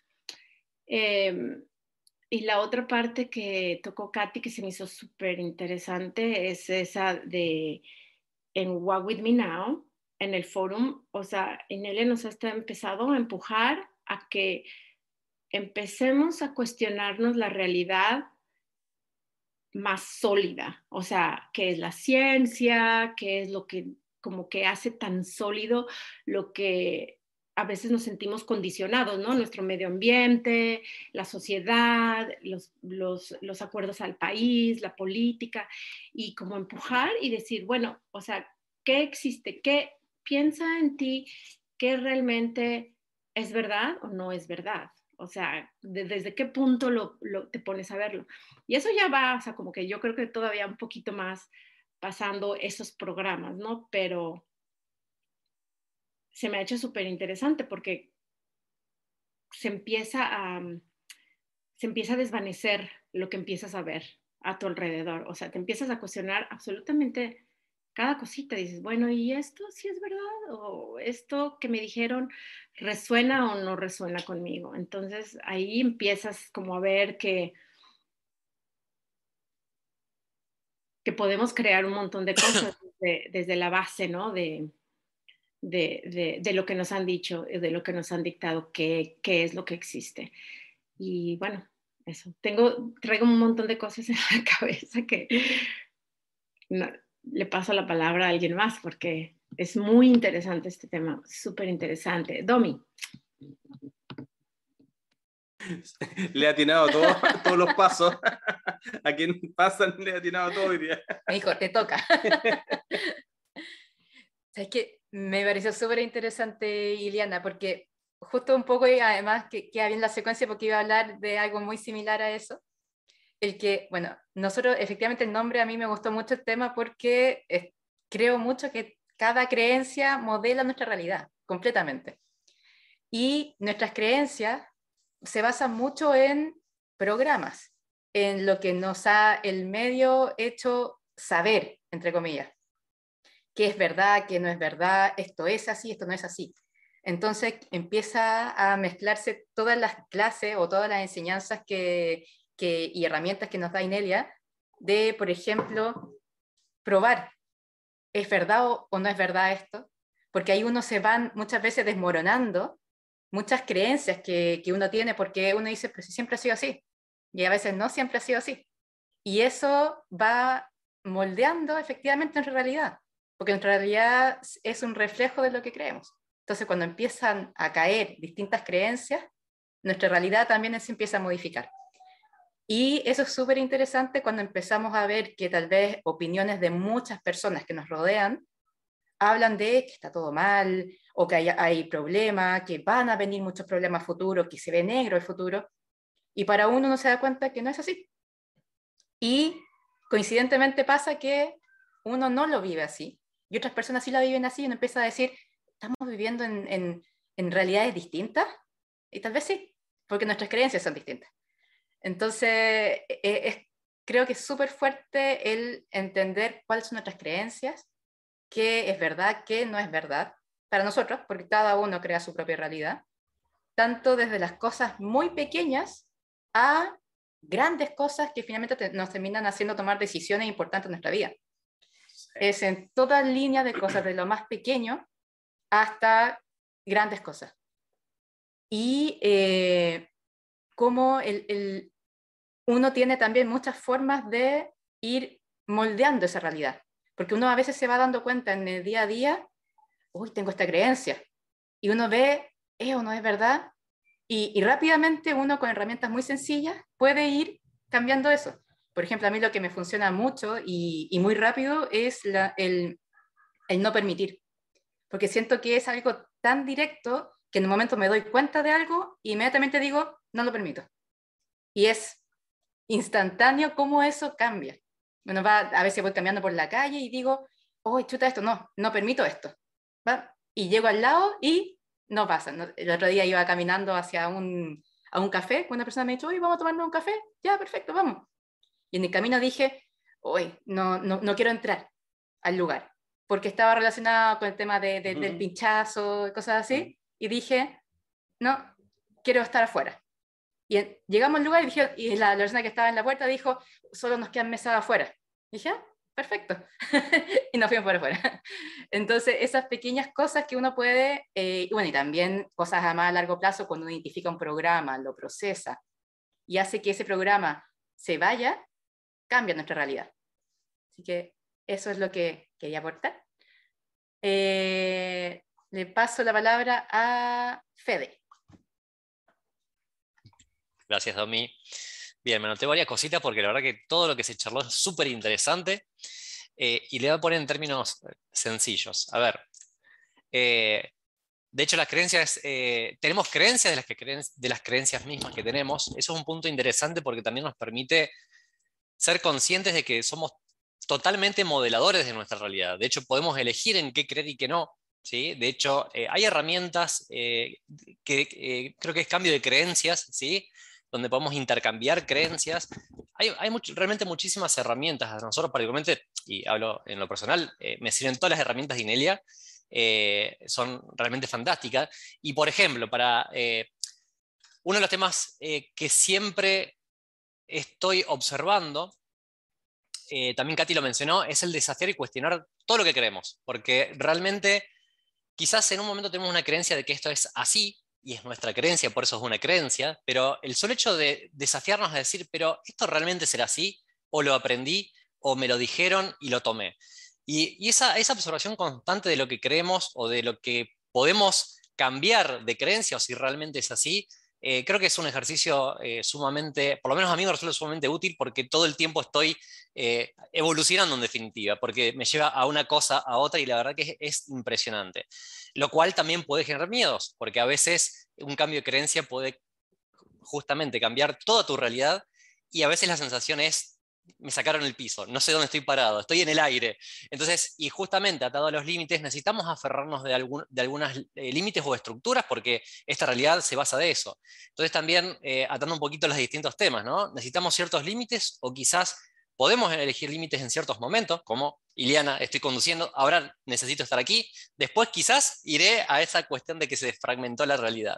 S7: Eh, y la otra parte que tocó Katy, que se me hizo súper interesante, es esa de en Walk With Me Now, en el forum, o sea, Inelia nos ha empezado a empujar a que empecemos a cuestionarnos la realidad más sólida, o sea, qué es la ciencia, qué es lo que como que hace tan sólido lo que a veces nos sentimos condicionados, ¿no? Nuestro medio ambiente, la sociedad, los, los, los acuerdos al país, la política, y como empujar y decir, bueno, o sea, ¿qué existe? ¿Qué piensa en ti? ¿Qué realmente es verdad o no es verdad? O sea, de, ¿desde qué punto lo, lo, te pones a verlo? Y eso ya va, o sea, como que yo creo que todavía un poquito más pasando esos programas, ¿no? Pero se me ha hecho súper interesante porque se empieza a, se empieza a desvanecer lo que empiezas a ver a tu alrededor. O sea, te empiezas a cuestionar absolutamente cada cosita. Dices, bueno, ¿y esto sí es verdad? ¿O esto que me dijeron resuena o no resuena conmigo? Entonces ahí empiezas como a ver que, que podemos crear un montón de cosas desde, desde la base, ¿no? De, de, de, de lo que nos han dicho, de lo que nos han dictado, qué, qué es lo que existe. Y bueno, eso. Tengo, traigo un montón de cosas en la cabeza que no, le paso la palabra a alguien más porque es muy interesante este tema, súper interesante. Domi.
S1: Le ha atinado todo, todos los pasos. A quien pasan le ha atinado todo hoy día.
S8: Me dijo, te toca. Es que me pareció súper interesante, Iliana, porque justo un poco, y además que queda bien la secuencia porque iba a hablar de algo muy similar a eso. El que, bueno, nosotros, efectivamente el nombre a mí me gustó mucho el tema porque eh, creo mucho que cada creencia modela nuestra realidad, completamente. Y nuestras creencias se basan mucho en programas, en lo que nos ha el medio hecho saber, entre comillas. Qué es verdad, qué no es verdad, esto es así, esto no es así. Entonces empieza a mezclarse todas las clases o todas las enseñanzas que, que, y herramientas que nos da Inelia de, por ejemplo, probar, ¿es verdad o, o no es verdad esto? Porque ahí uno se van muchas veces desmoronando muchas creencias que, que uno tiene porque uno dice, pero si siempre ha sido así. Y a veces no siempre ha sido así. Y eso va moldeando efectivamente nuestra realidad, porque nuestra realidad es un reflejo de lo que creemos. Entonces, cuando empiezan a caer distintas creencias, nuestra realidad también se empieza a modificar. Y eso es súper interesante cuando empezamos a ver que tal vez opiniones de muchas personas que nos rodean hablan de que está todo mal, o que hay, hay problemas, que van a venir muchos problemas futuros, que se ve negro el futuro, y para uno no se da cuenta que no es así. Y coincidentemente pasa que uno no lo vive así, y otras personas sí la viven así, y uno empieza a decir, ¿estamos viviendo en, en, en realidades distintas? Y tal vez sí, porque nuestras creencias son distintas. Entonces, eh, es, creo que es súper fuerte el entender cuáles son nuestras creencias, qué es verdad, qué no es verdad, para nosotros, porque cada uno crea su propia realidad, tanto desde las cosas muy pequeñas a grandes cosas que finalmente te, nos terminan haciendo tomar decisiones importantes en nuestra vida. Es en toda línea de cosas, de lo más pequeño hasta grandes cosas. Y eh, cómo el, el, uno tiene también muchas formas de ir moldeando esa realidad. Porque uno a veces se va dando cuenta en el día a día, uy, tengo esta creencia. Y uno ve, ¿es o no es verdad? Y, y rápidamente uno con herramientas muy sencillas puede ir cambiando eso. Por ejemplo, a mí lo que me funciona mucho y, y muy rápido es la, el, el no permitir. Porque siento que es algo tan directo que en un momento me doy cuenta de algo e inmediatamente digo, no lo permito. Y es instantáneo cómo eso cambia. Bueno, va, a veces voy caminando por la calle y digo, oh, chuta esto, no, no permito esto. ¿Va? Y llego al lado y no pasa. No, el otro día iba caminando hacia un, a un café, una persona me dijo, oye, vamos a tomarnos un café. Ya, perfecto, vamos. Y en el camino dije, oye, no, no, no quiero entrar al lugar, porque estaba relacionado con el tema de, de, uh-huh. del pinchazo y cosas así. Uh-huh. Y dije, no, quiero estar afuera. Y en, llegamos al lugar y, dije, y la, la persona que estaba en la puerta dijo, solo nos quedan mesas afuera. Y dije, ah, perfecto. Y nos fuimos por afuera. Entonces, esas pequeñas cosas que uno puede, eh, y bueno, y también cosas a más largo plazo, cuando uno identifica un programa, lo procesa y hace que ese programa se vaya, cambia nuestra realidad. Así que eso es lo que quería aportar. Eh, le paso la palabra a Fede.
S9: Gracias, Domi. Bien, me anoté varias cositas porque la verdad que todo lo que se charló es súper interesante. Eh, y le voy a poner en términos sencillos. A ver, eh, de hecho las creencias, eh, tenemos creencias de las, que creen, de las creencias mismas que tenemos. Eso es un punto interesante porque también nos permite ser conscientes de que somos totalmente modeladores de nuestra realidad. De hecho, podemos elegir en qué creer y qué no. ¿Sí? De hecho, eh, hay herramientas eh, que eh, creo que es cambio de creencias, ¿sí? Donde podemos intercambiar creencias. Hay, hay much, realmente muchísimas herramientas. A nosotros particularmente, y hablo en lo personal, eh, me sirven todas las herramientas de Inelia. Eh, son realmente fantásticas. Y por ejemplo, para eh, uno de los temas eh, que siempre estoy observando, eh, también Katy lo mencionó, es el desafiar y cuestionar todo lo que creemos. Porque realmente quizás en un momento tenemos una creencia de que esto es así, y es nuestra creencia, por eso es una creencia, pero el solo hecho de desafiarnos a decir, pero ¿esto realmente será así? ¿O lo aprendí? ¿O me lo dijeron y lo tomé? Y, y esa, esa observación constante de lo que creemos o de lo que podemos cambiar de creencia o si realmente es así, eh, creo que es un ejercicio eh, sumamente, por lo menos a mí me resulta sumamente útil porque todo el tiempo estoy eh, evolucionando en definitiva, porque me lleva a una cosa a otra y la verdad que es, es impresionante. Lo cual también puede generar miedos, porque a veces un cambio de creencia puede justamente cambiar toda tu realidad y a veces la sensación es, me sacaron el piso, no sé dónde estoy parado, estoy en el aire. Entonces, y justamente atado a los límites, necesitamos aferrarnos de, algún, de algunos eh, límites o estructuras porque esta realidad se basa de eso. Entonces también, eh, atando un poquito los distintos temas, ¿no? Necesitamos ciertos límites o quizás podemos elegir límites en ciertos momentos, como Ileana, estoy conduciendo, ahora necesito estar aquí, después quizás iré a esa cuestión de que se desfragmentó la realidad.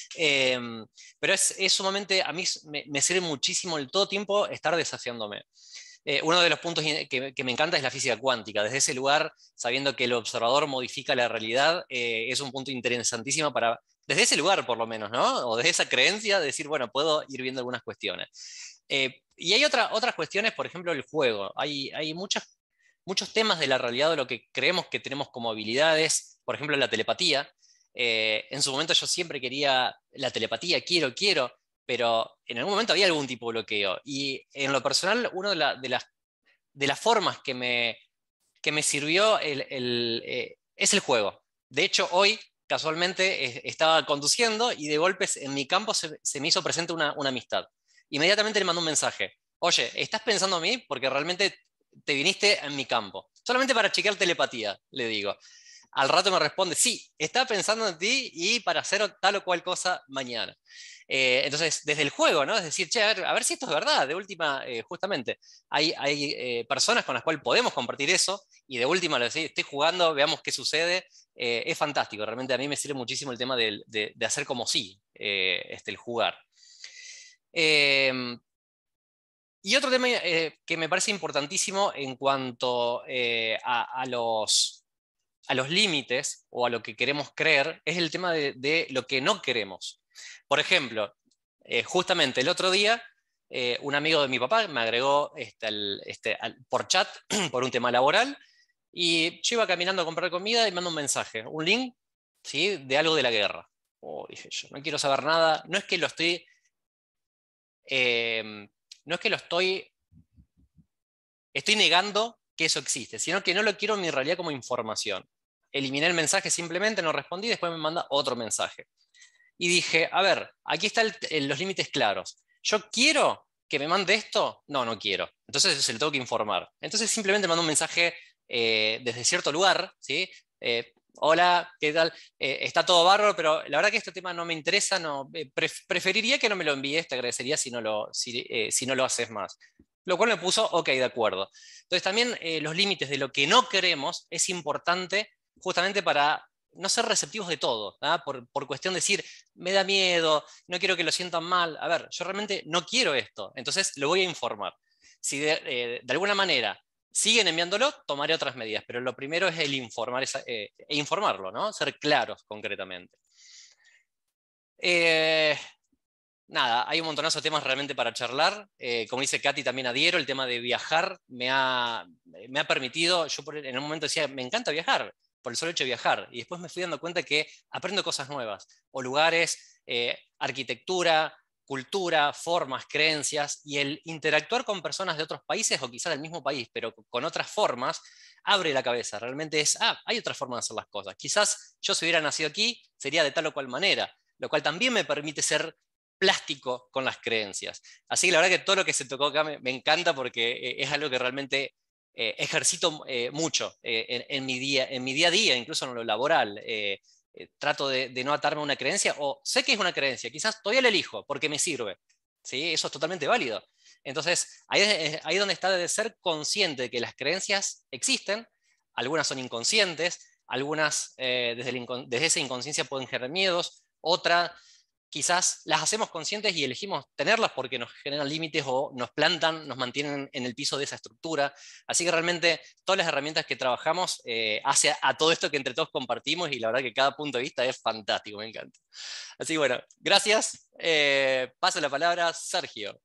S9: Eh, pero es, es sumamente, a mí me, me sirve muchísimo el todo tiempo estar desafiándome. Eh, uno de los puntos que, que me encanta es la física cuántica. Desde ese lugar, sabiendo que el observador modifica la realidad, eh, es un punto interesantísimo para, desde ese lugar por lo menos, ¿no? O desde esa creencia, decir, bueno, puedo ir viendo algunas cuestiones. Eh, y hay otra, otras cuestiones, por ejemplo, el juego. Hay, hay muchas, muchos temas de la realidad de lo que creemos que tenemos como habilidades, por ejemplo, la telepatía. Eh, en su momento yo siempre quería la telepatía, quiero, quiero, pero en algún momento había algún tipo de bloqueo. Y en lo personal, una de, la, de, las, de las formas que me, que me sirvió el, el, eh, es el juego. De hecho, hoy, casualmente, eh, estaba conduciendo y de golpes en mi campo se, se me hizo presente una, una amistad. Inmediatamente le mandó un mensaje. Oye, ¿estás pensando en mí? Porque realmente te viniste en mi campo. Solamente para chequear telepatía, le digo. Al rato me responde, sí, estaba pensando en ti y para hacer tal o cual cosa mañana. Eh, entonces, desde el juego, ¿no? Es decir, che, a ver, a ver si esto es verdad. De última, eh, justamente, hay, hay eh, personas con las cuales podemos compartir eso y de última, lo decía, estoy jugando, veamos qué sucede. Eh, es fantástico, realmente a mí me sirve muchísimo el tema de, de, de hacer como sí, eh, este, el jugar. Eh, y otro tema eh, que me parece importantísimo en cuanto eh, a, a los... a los límites o a lo que queremos creer, es el tema de, de lo que no queremos. Por ejemplo, eh, justamente el otro día, eh, un amigo de mi papá me agregó este, al, este, al, por chat por un tema laboral, y yo iba caminando a comprar comida y me manda un mensaje, un link, ¿sí?, de algo de la guerra. Oh, dije yo, no quiero saber nada, no es que lo estoy... Eh, no es que lo estoy... Estoy negando que eso existe, sino que no lo quiero en mi realidad como información. Eliminé el mensaje simplemente, no respondí, después me manda otro mensaje. Y dije, a ver, aquí están los límites claros. ¿Yo quiero que me mande esto? No, no quiero. Entonces se lo tengo que informar. Entonces simplemente mando un mensaje eh, desde cierto lugar, ¿sí? Eh, hola, ¿qué tal? Eh, está todo bárbaro, pero la verdad que este tema no me interesa, no, eh, pref preferiría que no me lo envíes, te agradecería si no lo, si, eh, si no lo haces más. Lo cual me puso, ok, de acuerdo. Entonces también eh, los límites de lo que no queremos es importante justamente para no ser receptivos de todo, ¿verdad? Por, por cuestión de decir, me da miedo, no quiero que lo sientan mal. A ver, yo realmente no quiero esto, entonces lo voy a informar. Si de, eh, de alguna manera siguen enviándolo, tomaré otras medidas, pero lo primero es el informar esa, eh, e informarlo, ¿no? Ser claros concretamente. Eh, Nada, hay un montonazo de temas realmente para charlar. Eh, como dice Katy, también adhiero. El tema de viajar me ha, me ha permitido, yo por, en un momento decía, me encanta viajar, por el solo hecho de viajar. Y después me fui dando cuenta que aprendo cosas nuevas, o lugares, eh, arquitectura, cultura, formas, creencias, y el interactuar con personas de otros países, o quizás del mismo país, pero con otras formas, abre la cabeza. Realmente es, ah, hay otra forma de hacer las cosas. Quizás yo si hubiera nacido aquí, sería de tal o cual manera, lo cual también me permite ser plástico con las creencias. Así que la verdad que todo lo que se tocó acá me, me encanta porque eh, es algo que realmente eh, ejercito eh, mucho eh, en, en, mi día, en mi día a día, incluso en lo laboral. Eh, eh, trato de, de no atarme a una creencia, o sé que es una creencia, quizás todavía la elijo porque me sirve. ¿Sí? Eso es totalmente válido. Entonces, ahí es ahí donde está de ser consciente de que las creencias existen, algunas son inconscientes, algunas eh, desde, el desde esa inconsciencia pueden generar miedos, otras quizás las hacemos conscientes y elegimos tenerlas porque nos generan límites o nos plantan, nos mantienen en el piso de esa estructura. Así que realmente todas las herramientas que trabajamos eh, hace a, a todo esto que entre todos compartimos, y la verdad que cada punto de vista es fantástico, me encanta. Así que bueno, gracias. Eh, paso la palabra a Sergio.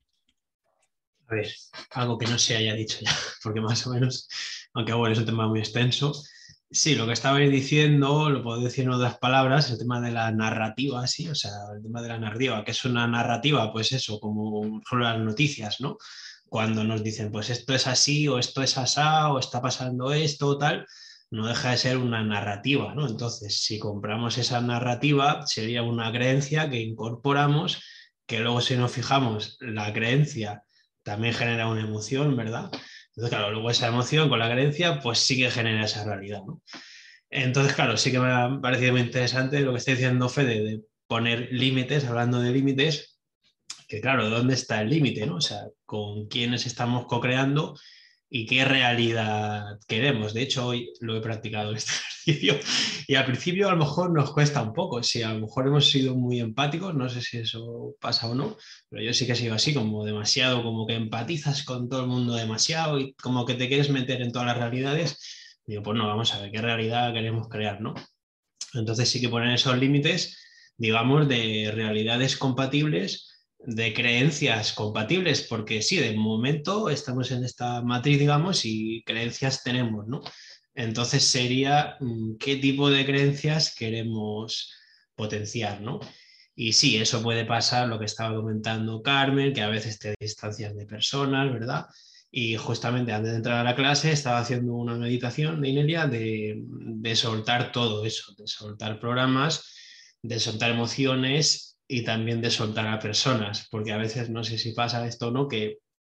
S10: A ver, algo que no se haya dicho ya, porque más o menos, aunque bueno, es un tema muy extenso. Sí, lo que estabais diciendo, lo puedo decir en otras palabras, el tema de la narrativa, sí, o sea, el tema de la narrativa, que es una narrativa, pues eso, como son las noticias, ¿no? Cuando nos dicen, pues esto es así, o esto es asá, o está pasando esto, o tal, no deja de ser una narrativa, ¿no? Entonces, si compramos esa narrativa, sería una creencia que incorporamos, que luego si nos fijamos, la creencia también genera una emoción, ¿verdad? Entonces, claro, luego esa emoción con la creencia, pues sí que genera esa realidad, ¿no? Entonces, claro, sí que me ha parecido muy interesante lo que está diciendo Fede, de poner límites, hablando de límites, que claro, ¿dónde está el límite, no? O sea, con quiénes estamos co-creando y qué realidad queremos. De hecho, hoy lo he practicado este ejercicio y al principio a lo mejor nos cuesta un poco. Si a lo mejor hemos sido muy empáticos, no sé si eso pasa o no, pero yo sí que he sido así, como demasiado, como que empatizas con todo el mundo demasiado y como que te quieres meter en todas las realidades. Digo, pues no, vamos a ver qué realidad queremos crear, ¿no? Entonces sí que poner esos límites, digamos, de realidades compatibles, de creencias compatibles, porque sí, de momento estamos en esta matriz, digamos, y creencias tenemos, ¿no? Entonces sería qué tipo de creencias queremos potenciar, ¿no? Y sí, eso puede pasar, lo que estaba comentando Carmen, que a veces te distancias de personas, ¿verdad? Y justamente antes de entrar a la clase estaba haciendo una meditación de Inelia de, de soltar todo eso, de soltar programas, de soltar emociones y también de soltar a personas, porque a veces no sé si pasa esto o no, que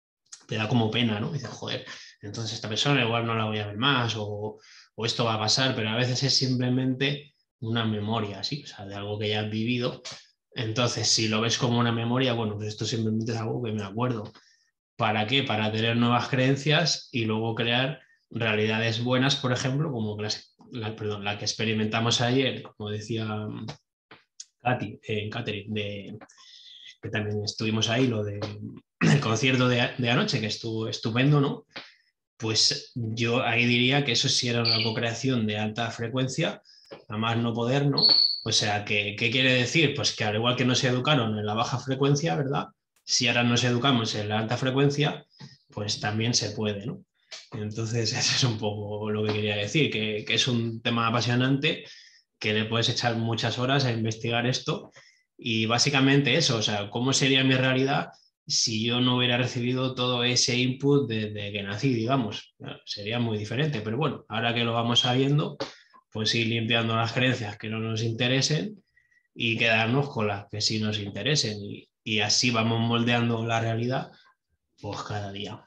S10: te da como pena, ¿no? Y dices, joder, entonces esta persona igual no la voy a ver más o, o esto va a pasar, pero a veces es simplemente una memoria, ¿sí? O sea, de algo que ya has vivido. Entonces, si lo ves como una memoria, bueno, pues esto simplemente es algo que me acuerdo. ¿Para qué? Para tener nuevas creencias y luego crear realidades buenas, por ejemplo, como las, la, perdón, la que experimentamos ayer, como decía Katy, eh, Catherine, de, que también estuvimos ahí, lo del de, concierto de, de anoche, que estuvo estupendo, ¿no? Pues yo ahí diría que eso sí era una co-creación de alta frecuencia, a más no poder, ¿no? O sea, ¿qué, ¿qué quiere decir? Pues que al igual que nos educaron en la baja frecuencia, ¿verdad? Si ahora nos educamos en la alta frecuencia, pues también se puede, ¿no? Entonces, eso es un poco lo que quería decir, que, que es un tema apasionante, que le puedes echar muchas horas a investigar esto y básicamente eso, o sea, ¿cómo sería mi realidad si yo no hubiera recibido todo ese input desde que nací, digamos? Sería muy diferente, pero bueno, ahora que lo vamos sabiendo, pues ir limpiando las creencias que no nos interesen y quedarnos con las que sí nos interesen y, y así vamos moldeando la realidad pues cada día.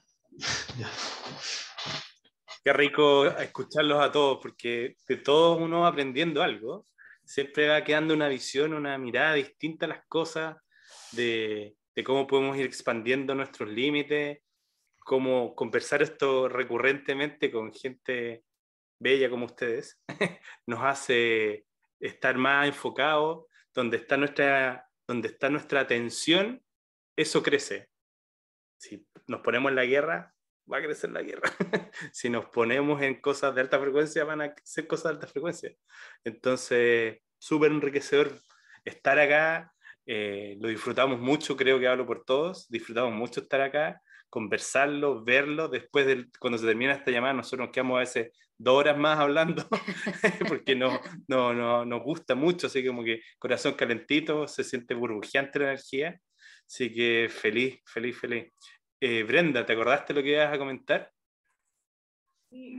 S1: Qué rico escucharlos a todos, porque de todos uno va aprendiendo algo. Siempre va quedando una visión, una mirada distinta a las cosas, de, de cómo podemos ir expandiendo nuestros límites, cómo conversar esto recurrentemente con gente bella como ustedes, nos hace estar más enfocados, donde está nuestra, donde está nuestra atención, eso crece. Si nos ponemos en la guerra, va a crecer la guerra. Si nos ponemos en cosas de alta frecuencia, van a ser cosas de alta frecuencia. Entonces, súper enriquecedor estar acá, eh, lo disfrutamos mucho, creo que hablo por todos, disfrutamos mucho estar acá, conversarlo, verlo. Después, de, cuando se termina esta llamada, nosotros nos quedamos a veces dos horas más hablando, porque no, no, no, nos gusta mucho, así como que corazón calentito, se siente burbujeante la energía. Así que feliz, feliz, feliz. Eh, Brenda, ¿te acordaste lo que ibas a comentar?
S4: Sí.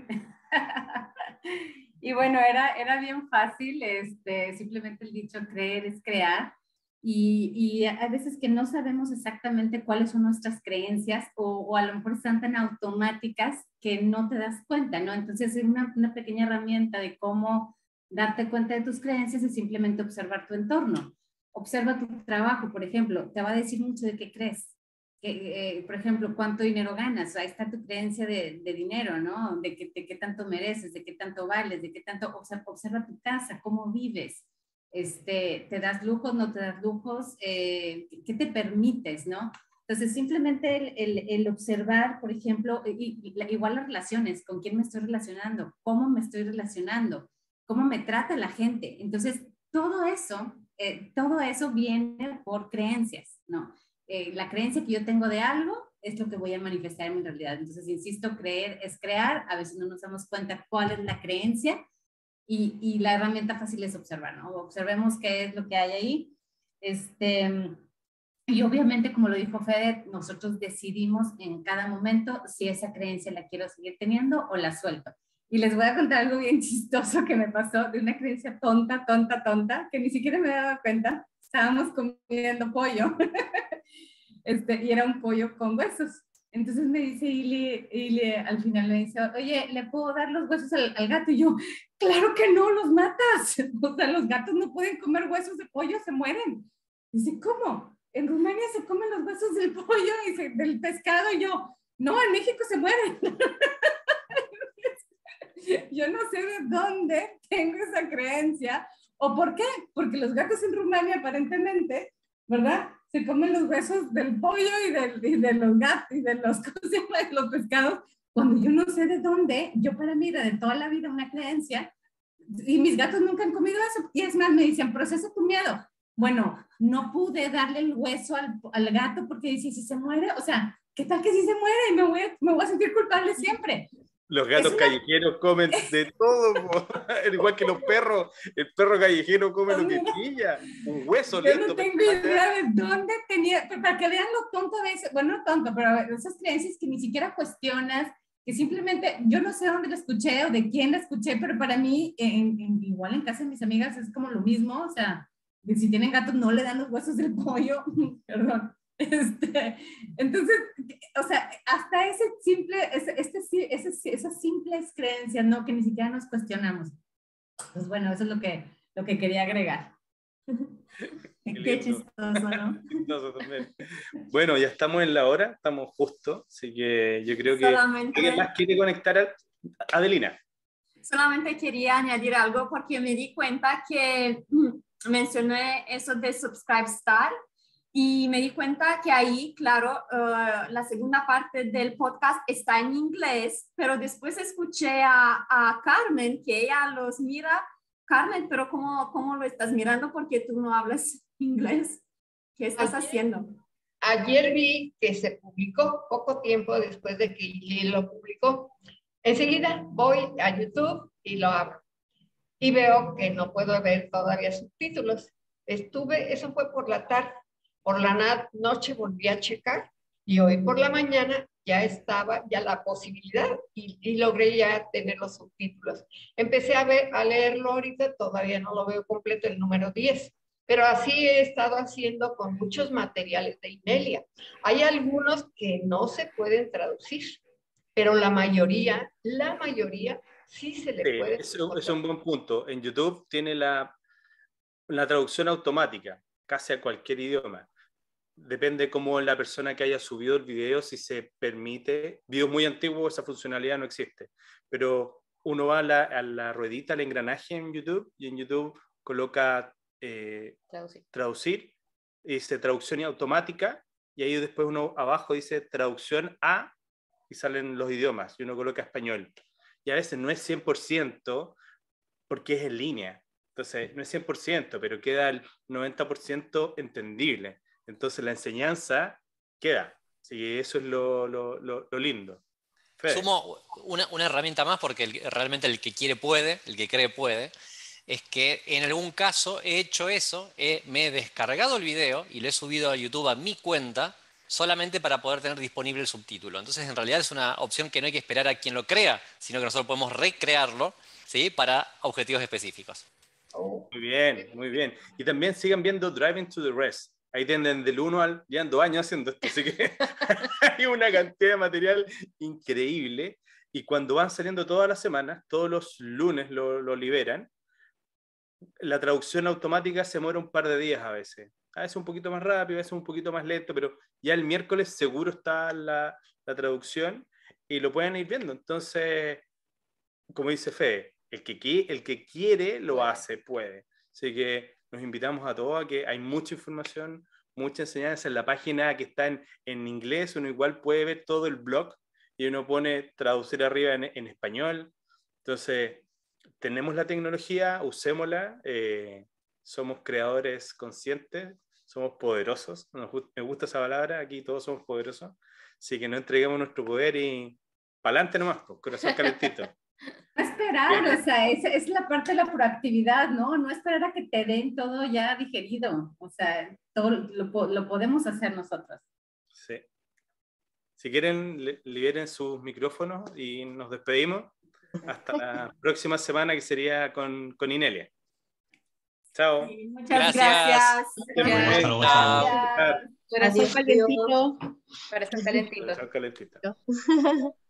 S4: Y bueno, era, era bien fácil, este, simplemente el dicho creer es crear. Y, y a veces que no sabemos exactamente cuáles son nuestras creencias o, o a lo mejor están tan automáticas que no te das cuenta, ¿no? Entonces, una, una pequeña herramienta de cómo darte cuenta de tus creencias es simplemente observar tu entorno. Observa tu trabajo, por ejemplo, te va a decir mucho de qué crees. Que, eh, por ejemplo, cuánto dinero ganas, ahí está tu creencia de, de dinero, ¿no? De, que, de qué tanto mereces, de qué tanto vales, de qué tanto, o sea, observa tu casa, cómo vives. Este, ¿te das lujos, no te das lujos? Eh, ¿Qué te permites, no? Entonces, simplemente el, el, el observar, por ejemplo, y, y, igual las relaciones, con quién me estoy relacionando, cómo me estoy relacionando, cómo me trata la gente. Entonces, todo eso, eh, todo eso viene por creencias, ¿no? Eh, la creencia que yo tengo de algo es lo que voy a manifestar en mi realidad. Entonces, insisto, creer es crear. A veces no nos damos cuenta cuál es la creencia. Y, y la herramienta fácil es observar, ¿no? Observemos qué es lo que hay ahí. Este, y obviamente, como lo dijo Fede, nosotros decidimos en cada momento si esa creencia la quiero seguir teniendo o la suelto. Y les voy a contar algo bien chistoso que me pasó de una creencia tonta, tonta, tonta, que ni siquiera me daba cuenta. Estábamos comiendo pollo este, y era un pollo con huesos. Entonces me dice Ili, Ili al final me dice, oye, ¿le puedo dar los huesos al, al gato? Y yo, claro que no, los matas. O sea, los gatos no pueden comer huesos de pollo, se mueren. Dice, ¿cómo? En Rumania se comen los huesos del pollo y se, del pescado. Y yo, no, en México se mueren. Yo no sé de dónde tengo esa creencia. ¿O por qué? Porque los gatos en Rumania aparentemente, ¿verdad? Se comen los huesos del pollo y, del, y de los gatos y de los, ¿cómo se llama? De los pescados, cuando yo no sé de dónde. Yo para mí era de toda la vida una creencia y mis gatos nunca han comido eso. Y es más, me dicen, procesa tu miedo. Bueno, no pude darle el hueso al, al gato porque dice, si se muere, o sea, ¿qué tal que si se muere? Y me voy a, me voy a sentir culpable siempre.
S1: Los gatos una... callejeros comen de todo, igual que los perros. El perro callejero come lo que pilla, un hueso
S4: Yo
S1: lento.
S4: No tengo idea de dónde tenía, para que vean lo tonto a veces, bueno, no tonto, pero esas creencias que ni siquiera cuestionas, que simplemente, yo no sé dónde la escuché o de quién la escuché, pero para mí, en, en, igual en casa de mis amigas es como lo mismo, o sea, si tienen gatos no le dan los huesos del pollo, perdón, Este, entonces, o sea, hasta ese simple, ese, este, ese, esas simples creencias, ¿no? Que ni siquiera nos cuestionamos. Pues bueno, eso es lo que, lo que quería agregar.
S1: Qué
S4: Qué
S1: lindo.
S4: chistoso, ¿no?
S1: Chistoso también. Bueno, ya estamos en la hora, estamos justo, así que yo creo que
S11: Solamente-
S1: ¿alguien más quiere conectar a Adelina?
S11: Solamente quería añadir algo porque me di cuenta que mm, mencioné eso de Subscribe Star y me di cuenta que ahí, claro, uh, la segunda parte del podcast está en inglés, pero después escuché a, a Carmen que ella los mira. Carmen, pero ¿cómo, cómo lo estás mirando? Porque tú no hablas inglés. ¿Qué estás
S5: Ayer-
S11: haciendo?
S5: Ayer vi que se publicó poco tiempo después de que Ili lo publicó. Enseguida voy a YouTube y lo abro. Y veo que no puedo ver todavía subtítulos. Estuve, eso fue por la tarde. Por la na- noche volví a checar y hoy por la mañana ya estaba ya la posibilidad y, y logré ya tener los subtítulos. Empecé a, ver, a leerlo ahorita, todavía no lo veo completo, el número diez. Pero así he estado haciendo con muchos materiales de Inelia. Hay algunos que no se pueden traducir, pero la mayoría, la mayoría sí se le
S1: Sí,
S5: puede.
S1: eso es un buen punto. En YouTube tiene la, la traducción automática, casi a cualquier idioma. Depende cómo la persona que haya subido el video, si se permite. Videos muy antiguos, esa funcionalidad no existe. Pero uno va a la, a la ruedita, al engranaje en YouTube, y en YouTube coloca eh,
S8: Traducir.
S1: traducir, y dice traducción automática, y ahí después uno abajo dice traducción a, y salen los idiomas, y uno coloca español. Y a veces no es cien por ciento porque es en línea. Entonces, no es cien por ciento, pero queda el noventa por ciento entendible. Entonces, la enseñanza queda. Así que eso es lo, lo, lo, lo lindo. Fede.
S9: Sumo una, una herramienta más porque el- realmente el que quiere puede, el que cree puede. Es que en algún caso he hecho eso, he- me he descargado el video y lo he subido a YouTube a mi cuenta solamente para poder tener disponible el subtítulo. Entonces, en realidad es una opción que no hay que esperar a quien lo crea, sino que nosotros podemos recrearlo, ¿sí? Para objetivos específicos.
S1: Muy bien, muy bien. Y también sigan viendo Driving to the Rest. Ahí tienen del uno al... Llevan dos años haciendo esto, así que hay una cantidad de material increíble. Y cuando van saliendo todas las semanas, todos los lunes lo, lo liberan, la traducción automática se demora un par de días a veces. A veces un poquito más rápido, a veces un poquito más lento, pero ya el miércoles seguro está la, la traducción y lo pueden ir viendo. Entonces, como dice Fede, el que, qui- el que quiere lo
S8: Puede.
S1: hace, puede. Así que nos invitamos a todos a que hay mucha información, mucha enseñanza en la página que está en, en inglés. Uno igual puede ver todo el blog y uno pone traducir arriba en, en español. Entonces, tenemos la tecnología, usémosla. eh, somos creadores conscientes, somos poderosos. Nos gu- me gusta esa palabra, aquí todos somos poderosos. Así que no entreguemos nuestro poder y para adelante nomás, pues, corazón calentito.
S4: No esperar, o sea, es, es la parte de la proactividad, ¿no? No esperar a que te den todo ya digerido. O sea, todo lo, po- lo podemos hacer nosotros.
S1: Sí. Si quieren, li- liberen sus micrófonos y nos despedimos. Hasta la próxima semana, que sería con, con Inelia. Chao.
S11: Sí, muchas
S9: Gracias.
S11: gracias.
S1: Estén muy bien.
S10: Hasta luego, hasta luego.
S1: Chao.
S8: Corazón
S6: Adiós.
S8: calentito. Corazón calentito.
S1: Chao, calentito.
S6: Chao.